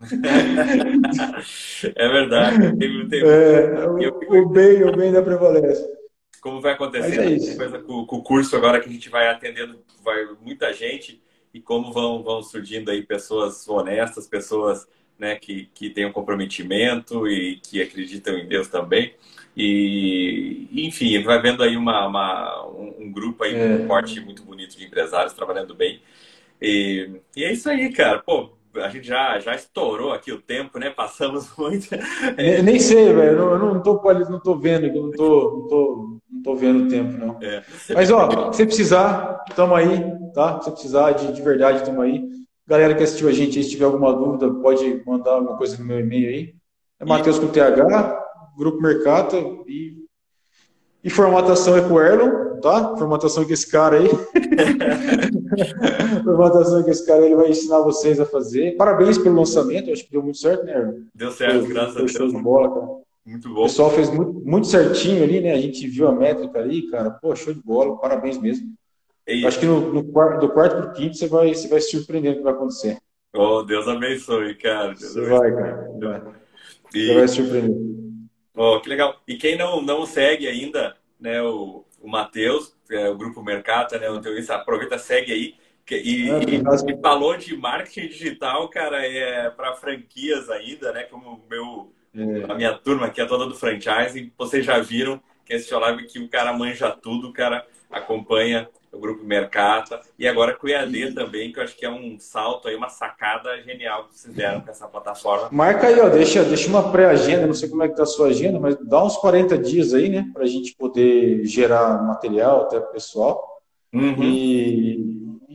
É verdade. O bem ainda prevalece. Como vai acontecer coisa com o curso agora que a gente vai atendendo muita gente e como vão surgindo aí pessoas honestas, pessoas, né, que têm um comprometimento e que acreditam em Deus também. E enfim, vai vendo aí um grupo aí muito forte, muito bonito de empresários trabalhando bem. E é isso aí, cara. Pô, a gente já estourou aqui o tempo, né? Passamos muito. Nem sei, velho. Eu não tô vendo, não tô vendo o tempo, não. Mas, ó, se você precisar, tamo aí, tá? Se você precisar de verdade, tamo aí. Galera que assistiu a gente aí, se tiver alguma dúvida, pode mandar alguma coisa no meu e-mail aí. É Matheus com TH, Grupo Mercata e formatação é com o Erlon, tá? Formatação que esse cara aí. Formatação que esse cara ele vai ensinar vocês a fazer. Parabéns pelo lançamento, acho que deu muito certo, né, Erlon? Deu certo, graças a Deus. Show de bola, cara. Muito bom. O pessoal fez muito certinho ali, né? A gente viu a métrica ali, cara. Pô, show de bola, parabéns mesmo. Acho que do quarto pro quinto você vai se surpreender com o que vai acontecer. Oh, Deus abençoe, cara. Você vai, cara. Você vai se surpreender. Oh, que legal. E quem não segue ainda, né, o Matheus, o Grupo Mercata, né, o teu Insta, aproveita, segue aí. E falou de marketing digital, cara, para franquias ainda, né, como a minha turma aqui é toda do franchising. Vocês já viram que esse live que o cara manja tudo, o cara acompanha o Grupo Mercata. E agora com o EAD também, que eu acho que é um salto aí, uma sacada genial que vocês deram com essa plataforma. Marca aí, ó, deixa uma pré-agenda, não sei como é que tá a sua agenda, mas dá uns 40 dias aí, né, pra gente poder gerar material até pro pessoal. E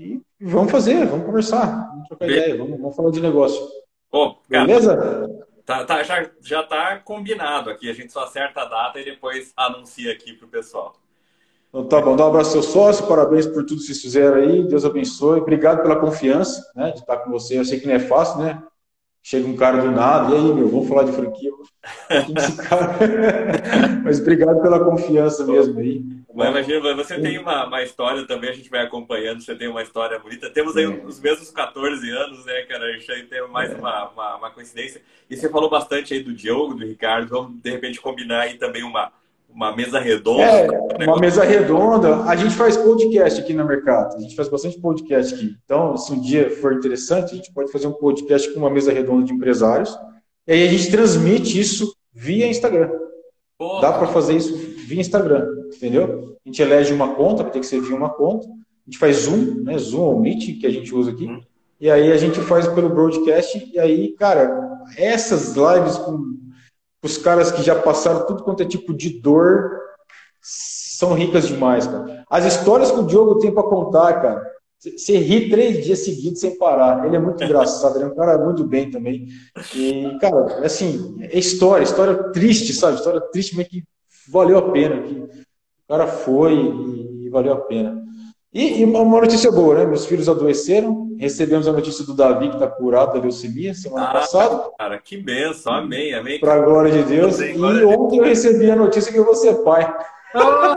vamos fazer, vamos conversar, vamos trocar Be- ideia, vamos falar de negócio. Pô, cara, Beleza? já tá combinado aqui. A gente só acerta a data e depois anuncia aqui pro pessoal. Então tá bom, dá um abraço ao seu sócio, parabéns por tudo que vocês fizeram aí, Deus abençoe, obrigado pela confiança, né, de estar com você, eu sei que não é fácil, né, chega um cara do nada, e aí, meu, vamos falar de franquia, quem que esse cara? Mas obrigado pela confiança mesmo aí, tá Mas bom? imagina, você tem uma história também, a gente vai acompanhando, você tem uma história bonita. Temos aí os mesmos 14 anos, né, cara? A gente aí tem mais uma coincidência. E você falou bastante aí do Diogo, do Ricardo. Vamos, de repente, combinar aí também uma mesa redonda. Uma mesa redonda, a gente faz podcast aqui no mercado, a gente faz bastante podcast aqui, então se um dia for interessante, a gente pode fazer um podcast com uma mesa redonda de empresários, e aí a gente transmite isso via Instagram. Dá Porra, para fazer isso via Instagram, entendeu? A gente elege uma conta, vai ter que ser via uma conta. A gente faz Zoom, né? Zoom ou Meet, que a gente usa aqui. E aí a gente faz pelo broadcast. E aí, cara, essas lives com os caras que já passaram tudo quanto é tipo de dor são ricas demais, cara. As histórias que o Diogo tem para contar, cara, você ri 3 dias seguidos sem parar. Ele é muito engraçado, ele é um cara muito bem também. E, cara, assim, é história triste, sabe? História triste, mas que valeu a pena. Que o cara foi e valeu a pena. E uma notícia boa, né? Meus filhos adoeceram. Recebemos a notícia do Davi, que está curado da leucemia, semana passada. cara, que benção. Amém, amém. Para a glória de Deus. Amém, E ontem eu recebi a notícia que eu vou ser pai. Oh!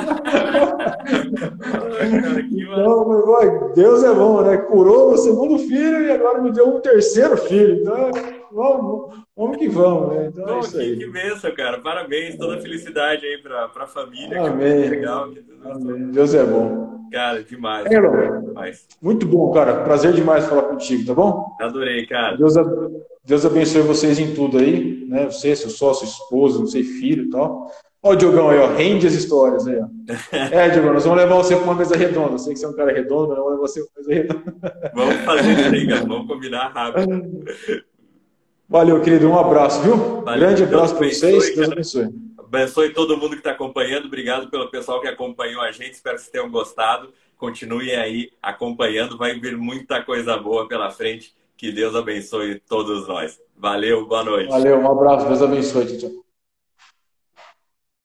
Cara, que Então, Deus é bom, né? Curou o segundo filho e agora me deu um terceiro filho. Então, vamos que vamos, né? Então é oh, isso aí. que benção, cara. Parabéns, toda felicidade aí pra família. Que Amém. legal. Amém. Deus é bom. Cara, demais. Elon, Demais. muito bom, cara. Prazer demais falar contigo, tá bom? Adorei, cara. Deus abençoe vocês em tudo aí, né? Você, seu sócio, esposa, não sei, filho e tal. Ó o Diogão aí, ó. Rende as histórias aí, ó. Diogão, nós vamos levar você para uma mesa redonda. Eu sei que você é um cara redondo, mas vamos levar você para uma mesa redonda. Vamos fazer isso aí, cara. Vamos combinar rápido. Valeu, querido. Um abraço, viu? Valeu. Grande abraço para vocês. Deus cara. abençoe. Abençoe todo mundo que está acompanhando. Obrigado pelo pessoal que acompanhou a gente. Espero que vocês tenham gostado. Continuem aí acompanhando. Vai vir muita coisa boa pela frente. Que Deus abençoe todos nós. Valeu, boa noite. Valeu, um abraço. Deus abençoe. Tchau, tchau.